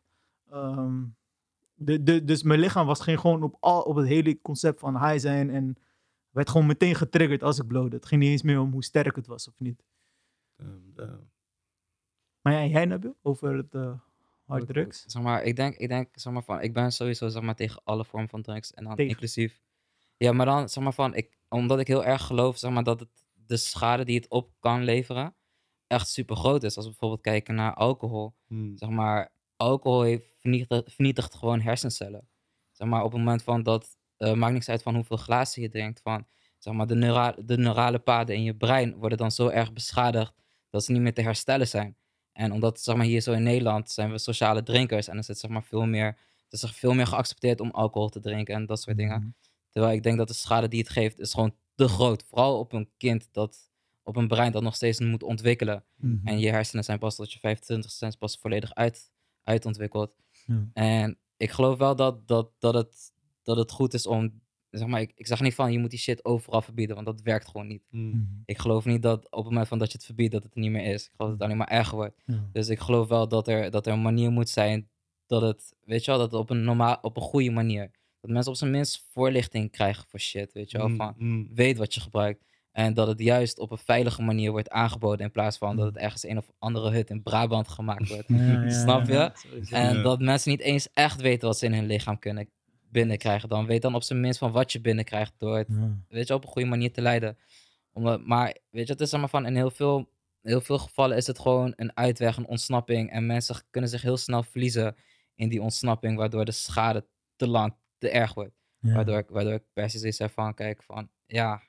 Um, de, de, dus mijn lichaam was ging gewoon op, al, op het hele concept van high zijn en werd gewoon meteen getriggerd als ik blowde. Het ging niet eens meer om hoe sterk het was of niet. Damn, damn. Maar ja, jij Nabil, over het uh, harddrugs? Zeg maar, ik denk, ik denk, zeg maar van, ik ben sowieso, zeg maar, tegen alle vormen van drugs en dan Tegen. inclusief. Ja, maar dan, zeg maar van, ik, omdat ik heel erg geloof, zeg maar, dat het, de schade die het op kan leveren, echt super groot is. Als we bijvoorbeeld kijken naar alcohol. Hmm. Zeg maar, alcohol heeft vernietigt, vernietigt gewoon hersencellen. Zeg maar, op het moment van dat, uh, maakt niks uit van hoeveel glazen je drinkt, van, zeg maar, de, neura de neurale paden in je brein worden dan zo erg beschadigd dat ze niet meer te herstellen zijn. En omdat, zeg maar, hier zo in Nederland zijn we sociale drinkers en er zit, zeg maar, veel meer, het is zeg, veel meer geaccepteerd om alcohol te drinken en dat soort dingen. Mhm. Terwijl ik denk dat de schade die het geeft is gewoon te groot. Vooral op een kind dat, op een brein dat nog steeds moet ontwikkelen. Mhm. En je hersenen zijn pas tot je vijfentwintigste zijn pas volledig uit, uitontwikkeld. Ja. En ik geloof wel dat, dat, dat, het, dat het goed is om, zeg maar, ik, ik zeg niet van je moet die shit overal verbieden, want dat werkt gewoon niet. Hmm. Mhm. Ik geloof niet dat op het moment van dat je het verbiedt, dat het er niet meer is. Ik geloof dat het alleen maar erger wordt. Ja. Dus ik geloof wel dat er, dat er een manier moet zijn dat het, weet je wel, dat het op een normaal, op een goede manier. Dat mensen op zijn minst voorlichting krijgen voor shit, weet je wel. Hmm. Van, Hmm. weet wat je gebruikt. En dat het juist op een veilige manier wordt aangeboden in plaats van dat het ergens een of andere hut in Brabant gemaakt wordt. Ja, ja, Snap ja, je? ja, sowieso. En Ja. dat mensen niet eens echt weten wat ze in hun lichaam kunnen binnenkrijgen. Dan weet dan op zijn minst van wat je binnenkrijgt door het, Ja. weet je, op een goede manier te leiden. Omdat, maar weet je, het is zeg maar van in heel veel, heel veel gevallen is het gewoon een uitweg, een ontsnapping. En mensen kunnen zich heel snel verliezen in die ontsnapping, waardoor de schade te lang, te erg wordt. Ja. Waardoor, ik, waardoor ik per se zoiets heb van, kijk, van, ja,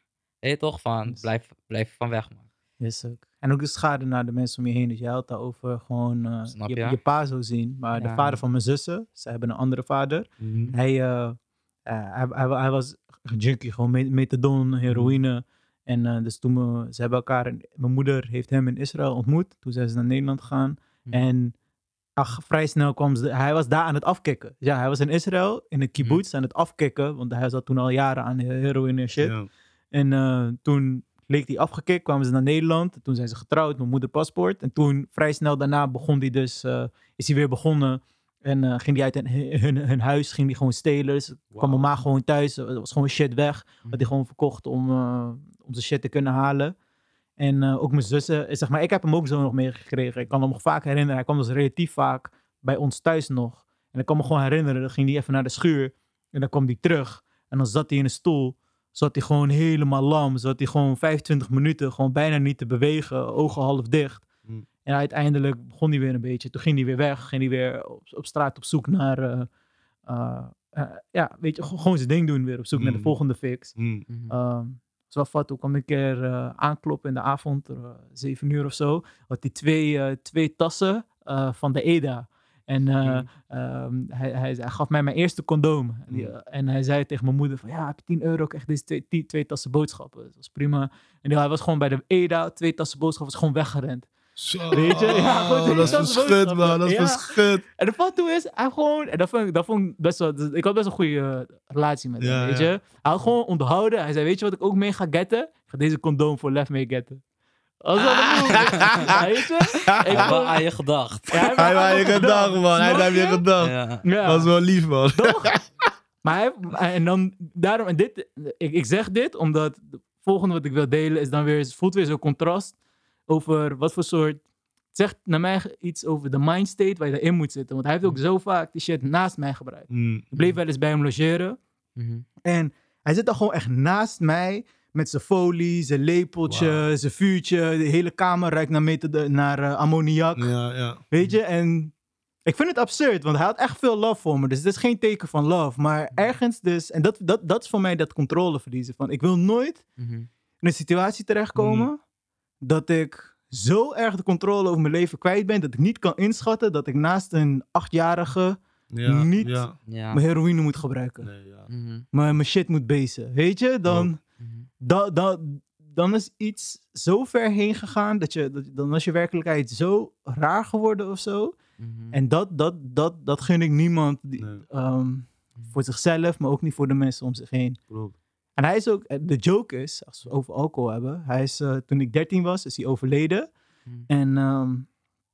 Weet je toch? Van, Yes. blijf, blijf van weg, man. Yes, ook. En ook de schade naar de mensen om je heen. Dus jij had daarover gewoon uh, Snap je, je? je pa zo zien. Maar de Ja. vader van mijn zussen, ze hebben een andere vader. Mhm. Hij, uh, uh, hij, hij, hij was een junkie, gewoon me- methadon, heroïne. En uh, dus toen we, ze hebben elkaar, mijn moeder heeft hem in Israël ontmoet. Toen zijn ze naar Nederland gegaan. Hm. En ach, vrij snel kwam ze, hij was daar aan het afkicken. Ja, hij was in Israël, in een kibbutz, aan het afkicken. Want hij zat toen al jaren aan heroïne en shit. Ja. En uh, toen leek hij afgekikt, kwamen ze naar Nederland. Toen zijn ze getrouwd, mijn moeder paspoort. En toen, vrij snel daarna, begon hij dus, uh, is hij weer begonnen. En uh, ging hij uit hun, hun, hun huis, ging hij gewoon stelen. Dus wow. kwam mijn ma gewoon thuis, er was gewoon shit weg. Hm. Had hij gewoon verkocht om, uh, om zijn shit te kunnen halen. En uh, ook mijn zussen, zeg maar, ik heb hem ook zo nog meegekregen. Ik kan hem nog vaak herinneren. Hij kwam dus relatief vaak bij ons thuis nog. En ik kan me gewoon herinneren, dan ging hij even naar de schuur. En dan kwam hij terug. En dan zat hij in een stoel. Zat hij gewoon helemaal lam. Zat hij gewoon vijfentwintig minuten gewoon bijna niet te bewegen. Ogen half dicht. Mm. En uiteindelijk begon hij weer een beetje. Toen ging hij weer weg. Ging hij weer op, op straat op zoek naar... Uh, uh, uh, ja, weet je, gewoon zijn ding doen weer. Op zoek mm. naar de volgende fix. Mm. Um, Het was wel fat. Toen kwam ik een keer uh, aankloppen in de avond. Uh, zeven uur of zo. Had hij twee, uh, twee tassen uh, van de E D A. En uh, mm. um, hij, hij, hij gaf mij mijn eerste condoom. Mm. En, die, uh, en hij zei tegen mijn moeder van... Ja, heb je tien euro? Ik krijg deze twee, die, twee tassen boodschappen. Dat was prima. En die, hij was gewoon bij de E D A. Twee tassen boodschappen. Was gewoon weggerend. Zo, weet je? Ja, gewoon, dat is verschut, man. Dat is ja. verschut. En de foto is, hij gewoon... En dat vond ik, dat vond ik best wel... Ik had best een goede uh, relatie met ja, hem, weet ja. je? Hij had gewoon onthouden. Hij zei, weet je wat ik ook mee ga getten? Ik ga deze condoom voor Lef mee getten. Als dat ah. ja, weet je? Ik heb wel aan je gedacht. Ja, hij heeft aan je gedacht, man. Hij heeft aan je gedacht. Ja. Ja. Dat is wel lief, man. Toch? Maar hij... En dan... Daarom... En dit... Ik, ik zeg dit, omdat... Het volgende wat ik wil delen is dan weer... Het voelt weer zo'n contrast over wat voor soort... Het zegt naar mij iets over de mindstate waar je erin moet zitten. Want hij heeft ook zo vaak die shit naast mij gebruikt. Mm. Ik bleef wel eens bij hem logeren. Mm-hmm. En hij zit dan gewoon echt naast mij... Met zijn folie, zijn lepeltje, wow. zijn vuurtje. De hele kamer ruikt naar, methode, naar uh, ammoniak. Ja, ja. Weet je? En ik vind het absurd, want hij had echt veel love voor me. Dus het is geen teken van love. Maar ergens dus... En dat, dat, dat is voor mij dat controleverliezen. Van, ik wil nooit mm-hmm. in een situatie terechtkomen... Mm. dat ik zo erg de controle over mijn leven kwijt ben... dat ik niet kan inschatten dat ik naast een achtjarige... Ja, niet ja. mijn heroïne moet gebruiken. Nee, ja. mm-hmm. Maar mijn shit moet bezen. Weet je? Dan... Oh. Mm-hmm. Da, da, dan is iets zo ver heen gegaan dat je, dat, dan is je werkelijkheid zo raar geworden of zo. Mm-hmm. En dat, dat, dat, dat gun ik niemand die, nee. um, voor zichzelf, maar ook niet voor de mensen om zich heen. Klopt. En hij is ook, de joke is, als we over alcohol hebben, hij is, uh, toen ik dertien was, is hij overleden. Mm-hmm. En um,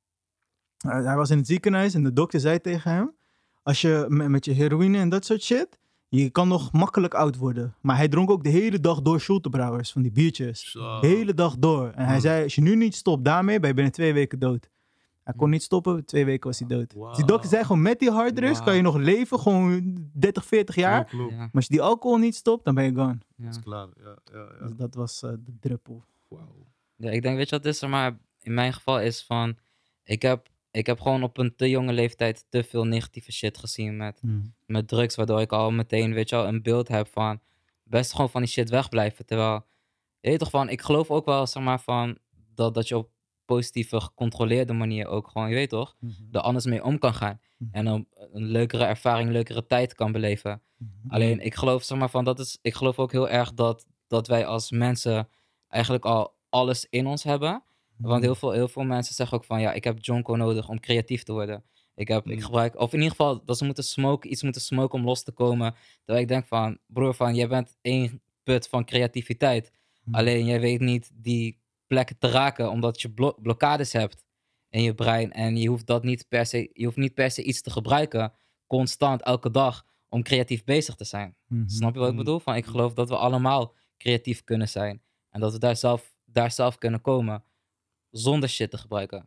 uh, hij was in het ziekenhuis en de dokter zei tegen hem, als je met, met je heroïne en dat soort shit, je kan nog makkelijk oud worden. Maar hij dronk ook de hele dag door Schultebrouwers, van die biertjes. Zo. De hele dag door. En hij zei, als je nu niet stopt daarmee, ben je binnen twee weken dood. Hij kon niet stoppen, twee weken was hij dood. Wow. Dus die dokter zei gewoon, met die harddrugs wow. kan je nog leven, gewoon dertig, veertig jaar. Ja, ja. Maar als je die alcohol niet stopt, dan ben je gone. Ja. Dat is klaar, ja. ja, ja. Dus dat was uh, de druppel. Wow. Ja, ik denk, weet je wat het is? Maar in mijn geval is van, ik heb... Ik heb gewoon op een te jonge leeftijd te veel negatieve shit gezien met, mm. met drugs. Waardoor ik al meteen, weet je wel, een beeld heb van best gewoon van die shit wegblijven. Terwijl, je weet toch van, ik geloof ook wel, zeg maar, van dat, dat je op positieve, gecontroleerde manier ook gewoon, je weet toch, mm-hmm. er anders mee om kan gaan. Mm-hmm. En dan een leukere ervaring, een leukere tijd kan beleven. Mm-hmm. Alleen, ik geloof, zeg maar, van, dat is, ik geloof ook heel erg dat, dat wij als mensen eigenlijk al alles in ons hebben. Want heel veel, heel veel mensen zeggen ook van, ja, ik heb jonko nodig om creatief te worden. Ik, heb, mm. ik gebruik, of in ieder geval, dat ze moeten smoken, iets moeten smoken om los te komen. Terwijl ik denk van, broer, van, jij bent één put van creativiteit. Mm. Alleen, jij weet niet die plekken te raken, omdat je blo- blokkades hebt in je brein. En je hoeft, dat niet per se, je hoeft niet per se iets te gebruiken, constant, elke dag, om creatief bezig te zijn. Mm-hmm. Snap je wat ik bedoel? Van, ik geloof dat we allemaal creatief kunnen zijn. En dat we daar zelf, daar zelf kunnen komen. Zonder shit te gebruiken.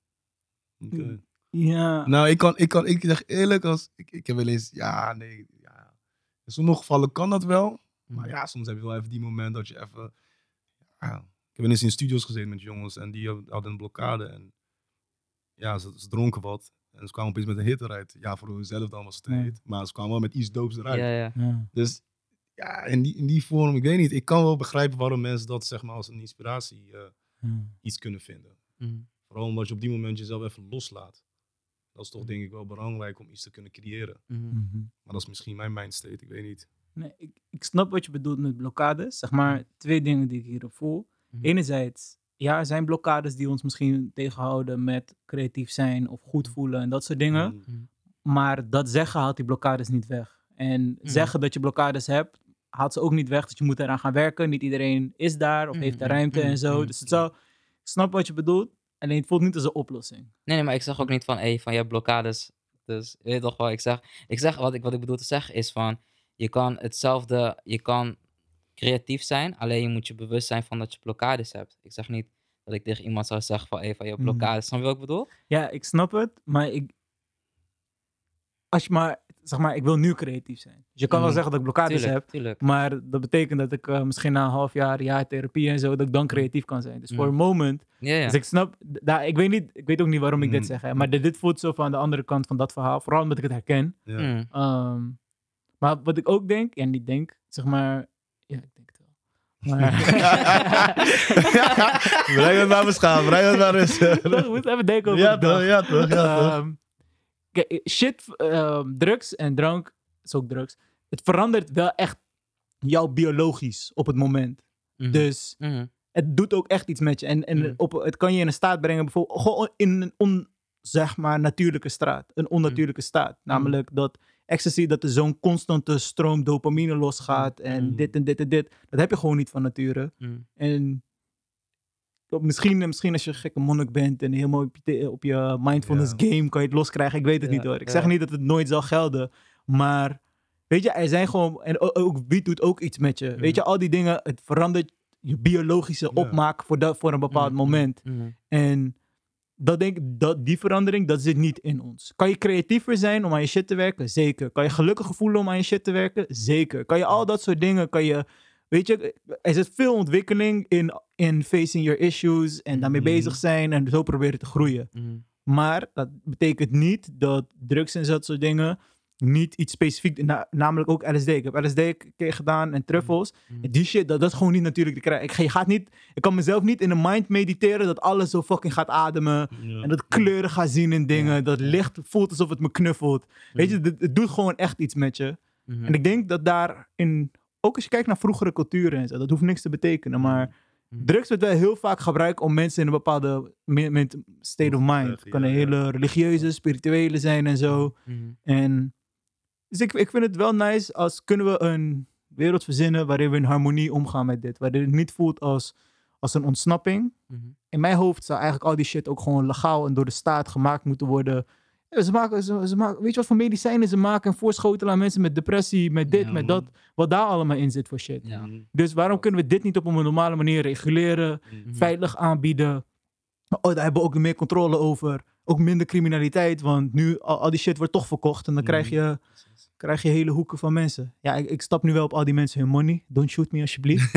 Okay. Ja. Nou, ik kan, ik kan, ik zeg eerlijk, als, ik, ik heb wel eens, ja, nee, ja. In sommige gevallen kan dat wel. Maar ja, soms heb je wel even die moment dat je even, ja. Ik heb wel eens in studio's gezeten met jongens en die hadden een blokkade. En ja, ze, ze dronken wat. En ze kwamen opeens met een hit eruit. Ja, voor hunzelf dan was het een hit. Maar ze kwamen wel met iets doops eruit. Ja, ja. Ja. Dus ja, in die, in die vorm, ik weet niet. Ik kan wel begrijpen waarom mensen dat zeg maar als een inspiratie uh, Hmm. iets kunnen vinden. Mm. Vooral omdat je op die moment jezelf even loslaat. Dat is toch denk ik wel belangrijk om iets te kunnen creëren. Mm. Mhm. Maar dat is misschien mijn mindstate, ik weet niet. Nee, ik, ik snap wat je bedoelt met blokkades. Zeg maar twee dingen die ik hierop voel. Mhm. Enerzijds, ja, er zijn blokkades die ons misschien tegenhouden met creatief zijn of goed voelen en dat soort dingen. Mm. Maar dat zeggen haalt die blokkades niet weg. En zeggen dat je blokkades hebt, haalt ze ook niet weg. Dus je moet eraan gaan werken. Niet iedereen is daar of Mm, heeft de mm, ruimte mm, en zo. mm, Dus het zou, ik snap wat je bedoelt. Alleen het voelt niet als een oplossing. Nee, nee, maar ik zeg ook niet van, hé, van je hebt blokkades. Dus je weet toch wel, ik zeg, ik zeg wat ik, wat ik bedoel te zeggen is van, je kan hetzelfde, je kan creatief zijn, alleen je moet je bewust zijn van dat je blokkades hebt. Ik zeg niet dat ik tegen iemand zou zeggen van, hé, van je hebt Mm. blokkades. Snap je wat ik bedoel? Ja, ik snap het. Maar ik... Als je maar... Zeg maar, ik wil nu creatief zijn. Dus je kan wel Mhm. zeggen dat ik blokkades Tuurlijk, heb. tuurlijk. Maar dat betekent dat ik uh, misschien na een half jaar, jaar therapie en zo, dat ik dan creatief kan zijn. Dus Mm. voor een moment... Ja, ja. Dus ik snap... Da, ik, weet niet, ik weet ook niet waarom ik dit Mm. zeg. Hè, maar dit, dit voelt zo van de andere kant van dat verhaal. Vooral omdat ik het herken. Ja. Mm. Um, maar wat ik ook denk, en niet denk, zeg maar... Ja, ik denk het wel. Maar... Breng het naar mijn schaam, breng het naar rust. Ik moet even denken over Ja de dag. toch, ja toch, ja toch. Ehm, kijk, shit, ehm, drugs en drank, is ook drugs. Het verandert wel echt jou biologisch op het moment. Mhm. Dus Mhm. het doet ook echt iets met je. En, en Mhm. op, het kan je in een staat brengen, bijvoorbeeld gewoon in een on, zeg maar, natuurlijke staat. Een onnatuurlijke staat. Namelijk dat ecstasy, dat er zo'n constante stroom dopamine losgaat. En Mhm. dit en dit en dit. Dat heb je gewoon niet van nature. Mhm. En misschien, misschien als je een gekke monnik bent en helemaal op je, op je mindfulness Ja. game kan je het loskrijgen. Ik weet het Ja, niet hoor. Ik ja. zeg niet dat het nooit zal gelden. Maar weet je, er zijn gewoon... En o- ook wiet doet ook iets met je. Mhm. Weet je, al die dingen, het verandert je biologische Ja. opmaak voor, dat, voor een bepaald Mhm. moment. Mhm. En dat denk ik, dat, die verandering, dat zit niet in ons. Kan je creatiever zijn om aan je shit te werken? Zeker. Kan je gelukkiger voelen om aan je shit te werken? Zeker. Kan je al dat soort dingen, kan je... Weet je, er zit veel ontwikkeling in, in facing your issues en daarmee Mhm. bezig zijn en zo proberen te groeien. Mhm. Maar dat betekent niet dat drugs en dat soort dingen niet iets specifiek, na- namelijk ook L S D. Ik heb L S D een keer gedaan en truffels. Mhm. En die shit, dat, dat is gewoon niet natuurlijk te krijgen. Ik, ga- je gaat niet, ik kan mezelf niet in een mind mediteren dat alles zo fucking gaat ademen. Ja. En dat kleuren gaat zien in dingen. Ja. Dat licht voelt alsof het me knuffelt. Weet je, het, het doet gewoon echt iets met je. Mhm. En ik denk dat daarin, ook als je kijkt naar vroegere culturen en zo, dat hoeft niks te betekenen. Maar Mhm. drugs wordt wel heel vaak gebruikt om mensen in een bepaalde me- me- state of mind. Het kan een Ja, ja. hele religieuze, spirituele zijn en zo. Mhm. En dus ik, ik vind het wel nice als kunnen we een wereld verzinnen waarin we in harmonie omgaan met dit. Waarin het niet voelt als, als een ontsnapping. Mhm. In mijn hoofd zou eigenlijk al die shit ook gewoon legaal en door de staat gemaakt moeten worden. Ja, ze maken, ze, ze maken, weet je wat voor medicijnen ze maken en voorschotelen aan mensen met depressie, met dit, Ja, met man. dat. Wat daar allemaal in zit voor shit. Ja. Mhm. Dus waarom kunnen we dit niet op een normale manier reguleren, Mhm. veilig aanbieden? Oh, daar hebben we ook meer controle over. Ook minder criminaliteit, want nu al, al die shit wordt toch verkocht. En dan Mhm. krijg, je, Precies. krijg je hele hoeken van mensen. Ja, ik, ik stap nu wel op al die mensen hun money. Don't shoot me alsjeblieft.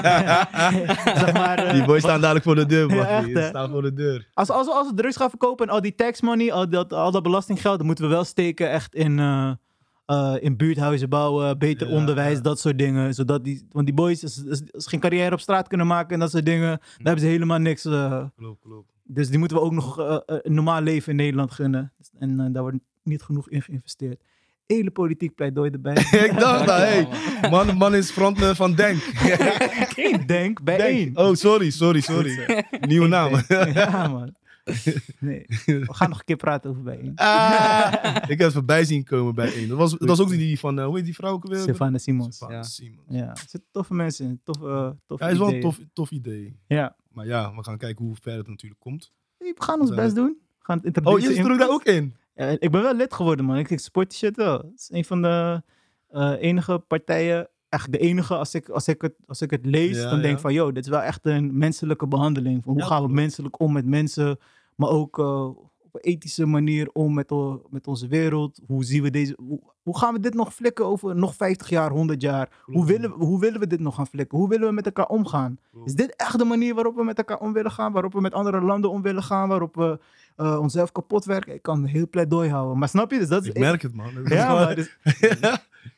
Zeg maar, eh, Die boys staan dadelijk voor de deur, man. Ja, echt, Die hè? staan voor de deur. Als, als, als we drugs gaan verkopen en al die tax money, al dat, al dat belastinggeld, dan moeten we wel steken echt in, eh, eh, in buurthuizen bouwen, beter Ja, onderwijs, ja. dat soort dingen. Zodat die, want die boys, als, als, als ze geen carrière op straat kunnen maken en dat soort dingen, dan hebben ze helemaal niks. eh, Klopt, klopt. dus die moeten we ook nog eh, eh, een normaal leven in Nederland gunnen. En eh, daar wordt niet genoeg in geïnvesteerd. Hele politiek pleidooi erbij. Ik dacht dat, hey, man, man is frontman van Denk. Eén denk bij één. Denk. Oh, sorry, sorry, sorry. Nieuwe naam. Ja, man. Nee, we gaan nog een keer praten over bij één. Ah, ik heb voorbij zien komen bij één. Dat was, dat was ook die van, uh, hoe heet die vrouw ook weer? Stefane Simons. Stefane Ja. Simons. Ja, er zitten toffe mensen in. Toffe, uh, toffe Ja, is wel een ideeën. tof, tof idee. Ja. Maar ja, we gaan kijken hoe ver het natuurlijk komt. We gaan ons Zijn best doen. We gaan het Oh, introduceren. je doet daar ook in? Ja, ik ben wel lid geworden, man. Ik, ik support die shit wel. Het is een van de eh, enige partijen, eigenlijk de enige, als ik, als ik, het, als ik het lees, Ja, dan denk ik ja. van, yo, dit is wel echt een menselijke behandeling. Van hoe Ja, gaan we klopt. menselijk om met mensen, maar ook eh, op een ethische manier om met, o- met onze wereld. Hoe zien we deze, hoe, hoe gaan we dit nog flikken over nog vijftig jaar, honderd jaar? Hoe willen, we, hoe willen we dit nog gaan flikken? Hoe willen we met elkaar omgaan? Klopt. Is dit echt de manier waarop we met elkaar om willen gaan? Waarop we met andere landen om willen gaan? Waarop we eh, onszelf kapot werken? Ik kan een heel pleidooi houden. Maar snap je? Dus dat is, Ik merk het, man. Dat is ja, gewoon- maar dus,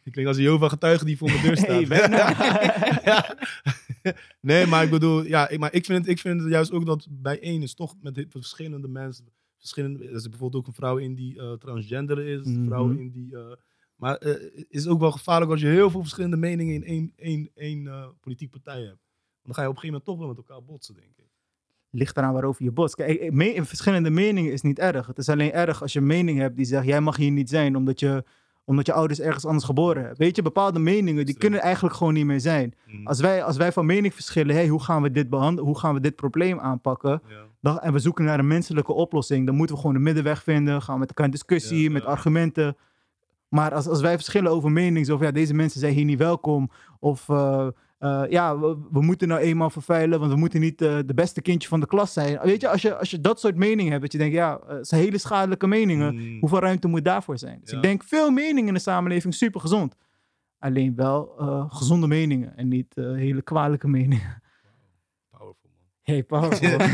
Ik klink als een Jehovah getuige die voor mijn deur staat. Hey, bijna. Ja. Nee, maar ik bedoel, ja, ik, maar ik vind, het, ik vind het juist ook dat bijeen is toch met dit- verschillende mensen. Verschillende, er zit bijvoorbeeld ook een vrouw in die uh, transgender is, een vrouw Mhm. in die. Uh, maar uh, is het ook wel gevaarlijk als je heel veel verschillende meningen in één, één, één uh, politieke partij hebt. Want dan ga je op een gegeven moment toch wel met elkaar botsen, denk ik. Ligt eraan waarover je botst. Kijk, ik- me- verschillende meningen is niet erg. Het is alleen erg als je een mening hebt die zegt, jij mag hier niet zijn omdat je, omdat je ouders ergens anders geboren hebben. Weet je, bepaalde meningen, die Extreem. kunnen eigenlijk gewoon niet meer zijn. Mm. Als wij, als wij van mening verschillen, hey, hoe gaan we dit behandelen, hoe gaan we dit probleem aanpakken, Ja. dan, en we zoeken naar een menselijke oplossing, dan moeten we gewoon de middenweg vinden, gaan we met elkaar in discussie, Ja, met ja. argumenten. Maar als, als wij verschillen over meningen, zo van ja, deze mensen zijn hier niet welkom, of uh, uh, ja, we, we moeten nou eenmaal vervuilen, want we moeten niet uh, de beste kindje van de klas zijn. Weet je, als je, als je dat soort meningen hebt, dat je denkt, ja, uh, het zijn hele schadelijke meningen, Mm. hoeveel ruimte moet daarvoor zijn? Dus Ja. ik denk, veel meningen in de samenleving, super gezond. Alleen wel uh, gezonde meningen en niet uh, hele kwalijke meningen. Powerful, man. Hey, powerful. Ja.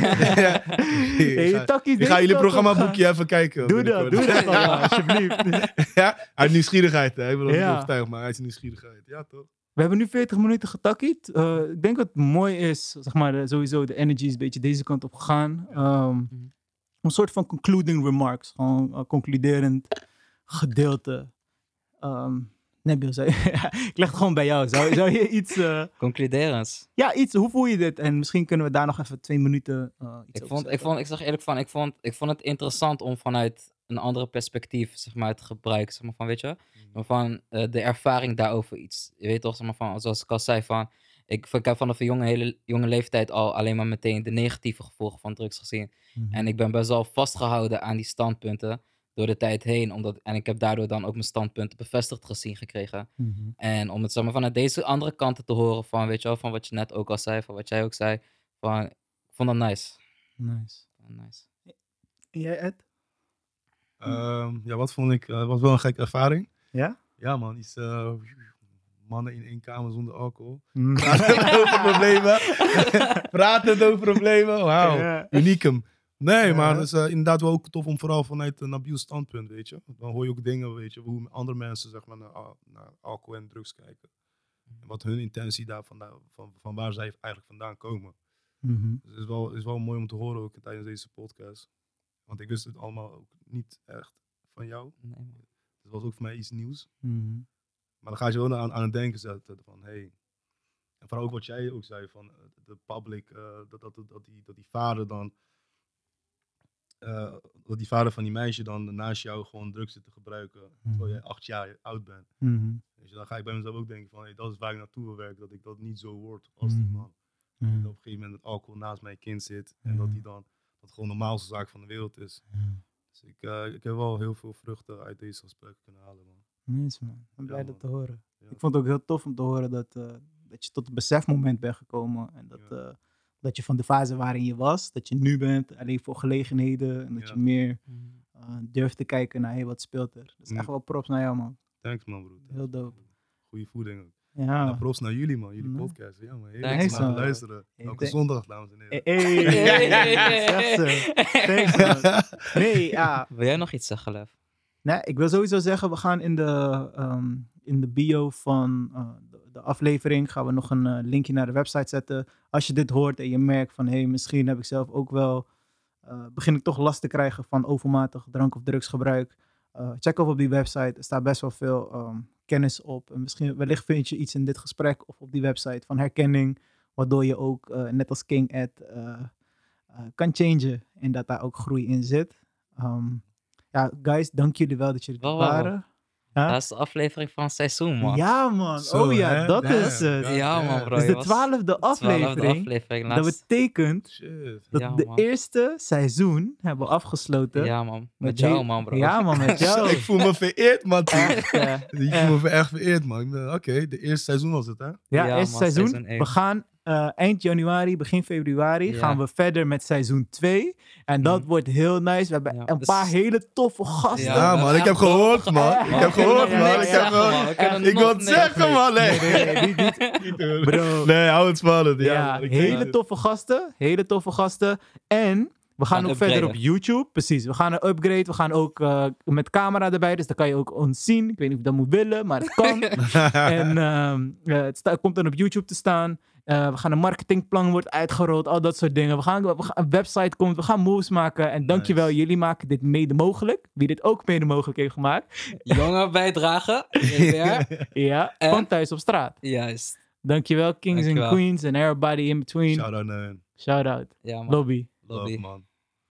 Hey, Ik ga- takkies, Ik deze ga jullie kant op programmaboekje gaan. even kijken. Doe dat, binnenkort. doe dat dan, ja, alsjeblieft. Ja, uit nieuwsgierigheid, hè. Ik ben nog niet Ja. overtuigd, maar uit nieuwsgierigheid. Ja, toch? We hebben nu veertig minuten getakkied. Uh, ik denk dat het mooi is, zeg maar, de- sowieso de energy is een beetje deze kant op gegaan. Um, een soort van concluding remarks, gewoon uh, concluderend gedeelte. Um, Nabil, zou je- ik leg het gewoon bij jou. Zou, zou je iets, uh, Concluderend. ja, iets, hoe voel je dit? En misschien kunnen we daar nog even twee minuten uh, iets Ik over vond, ik zeggen. vond, ik zeg eerlijk van, ik vond, ik vond het interessant om vanuit een andere perspectief, zeg maar, te gebruiken, zeg maar, van, weet je, maar van uh, de ervaring daarover iets. Je weet toch, zeg maar, van, zoals ik al zei, van, ik, ik heb vanaf een jonge, hele, jonge leeftijd al alleen maar meteen de negatieve gevolgen van drugs gezien. Mhm. En ik ben best wel vastgehouden aan die standpunten door de tijd heen, omdat, en ik heb daardoor dan ook mijn standpunten bevestigd gezien gekregen. Mhm. En om het zeg maar, vanuit deze andere kanten te horen van, weet je wel, van wat je net ook al zei, van wat jij ook zei, van, ik vond dat nice. Nice. nice. En jij, Ed? Um, ja, wat vond ik? Het uh, was wel een gekke ervaring. Ja? Ja, man. Iets, uh, mannen in één kamer zonder alcohol. Mm. Praten over problemen. Praten over problemen. Wauw. Ja. Unicum. Nee, Ja. maar het is uh, inderdaad wel ook tof om vooral vanuit een Nabil standpunt, weet je. Dan hoor je ook dingen, weet je, hoe andere mensen zeg maar, naar, naar alcohol en drugs kijken. En wat hun intentie daar vandaan, van, van waar zij eigenlijk vandaan komen. Mhm. Dus het is wel, is wel mooi om te horen ook tijdens deze podcast. Want ik wist het allemaal ook niet echt van jou. Nee, man. Het was ook voor mij iets nieuws. Mhm. Maar dan ga je wel aan, aan het denken zetten van, hey. En vooral ook wat jij ook zei van de public, uh, dat, dat, dat, die, dat die vader dan, uh, dat die vader van die meisje dan naast jou gewoon drugs zit te gebruiken, Mhm. terwijl jij acht jaar oud bent. Mhm. Dus dan ga ik bij mezelf ook denken van, hey, dat is waar ik naartoe wil werken, dat ik dat niet zo word als die Mhm. man. Mhm. Dat op een gegeven moment met alcohol naast mijn kind zit en Ja. dat die dan, dat het gewoon de normaalste zaak van de wereld is. Ja. Dus ik, uh, ik heb wel heel veel vruchten uit deze gesprekken kunnen halen, man. Nice, man. Ik ben blij Ja, dat man. te horen. Ja. Ik vond het ook heel tof om te horen dat, uh, dat je tot het besefmoment bent gekomen. En dat, Ja. uh, dat je van de fase waarin je was, dat je nu bent, alleen voor gelegenheden. En dat Ja. je meer Mhm. uh, durft te kijken naar, hey, wat speelt er. Dus Mm. echt wel props naar jou, man. Thanks, man, broer. Heel dope. Goeie voeding ook. Ja. Ja, props naar jullie, man. Jullie Ja. podcast. Ja, man. Heel Thanks, leuk om naar man. te luisteren. Hey, Elke thank- zondag, dames en Hey, heren. hey. Zeg ze. Thanks, man. Nee, ja. Wil jij nog iets zeggen, Lev? Nee, ik wil sowieso zeggen, we gaan in de, um, in de bio van uh, de, de aflevering gaan we nog een uh, linkje naar de website zetten. Als je dit hoort en je merkt van, hé, hey, misschien heb ik zelf ook wel, uh, begin ik toch last te krijgen van overmatig drank- of drugsgebruik. Uh, check op op die website, er staat best wel veel um, kennis op. En misschien, wellicht vind je iets in dit gesprek of op die website van herkenning, waardoor je ook, uh, net als King Ed, uh, uh, kan changen en dat daar ook groei in zit. Um, Ja, guys, dank jullie wel dat jullie er Wow, wow, wow. waren. Huh? Dat is de aflevering van het seizoen, man. Ja, man. Zo, oh ja, hè? dat Damn. is het. Ja, Ja, man, ja. bro. Dus je de was- twaalfde aflevering. twaalfde aflevering. Dat laatst- betekent Shit. dat Ja, de man. eerste seizoen hebben we afgesloten. Ja, man. Met Met jou, heel- man, bro. Ja, man, met jou. Ik voel me vereerd, man. Echt, eh, Ik echt. voel me echt vereerd, man. Ik ben- Oké, okay, de eerste seizoen was het, hè? Ja, Ja, eerste man, seizoen. seizoen één. We gaan uh, eind januari, begin februari, Ja. gaan we verder met seizoen twee. En dat Mhm. wordt heel nice. We hebben Ja, een dus- paar hele toffe gasten. Ja, Ja, man. Ik heb echt gehoord, wel. man. Ja, Ik ja, heb ja, gehoord, ja, man. ja, Ik ja, heb ja, gehoord. man. We kunnen Ik nog wil het niks zeggen, mee. man. Nee, Nee, nee, niet, niet, niet doen. Bro. Nee, hou het spannend. Ja, Ja, man. Ik hele vind- toffe gasten. Hele toffe gasten. En We gaan Gaan ook verder op upgraden. YouTube. Precies. We gaan een upgrade. We gaan ook uh, met camera erbij. Dus dan kan je ook ons zien. Ik weet niet of je dat moet willen, maar het kan. en um, uh, het sta- komt dan op YouTube te staan. Uh, we gaan een marketingplan wordt uitgerold. Al dat soort dingen. We gaan, we gaan een website komt. We gaan moves maken. En dankjewel. Nice. Jullie maken dit mede mogelijk. Wie dit ook mede mogelijk heeft gemaakt. Jonge bijdrage. Ja. Ja. En? Van thuis op straat. Juist. Dankjewel Kings Dankjewel. and Queens. En everybody in between. Shout out naar hun. Shout out. Ja, man. Lobby. Lobby. Love, man.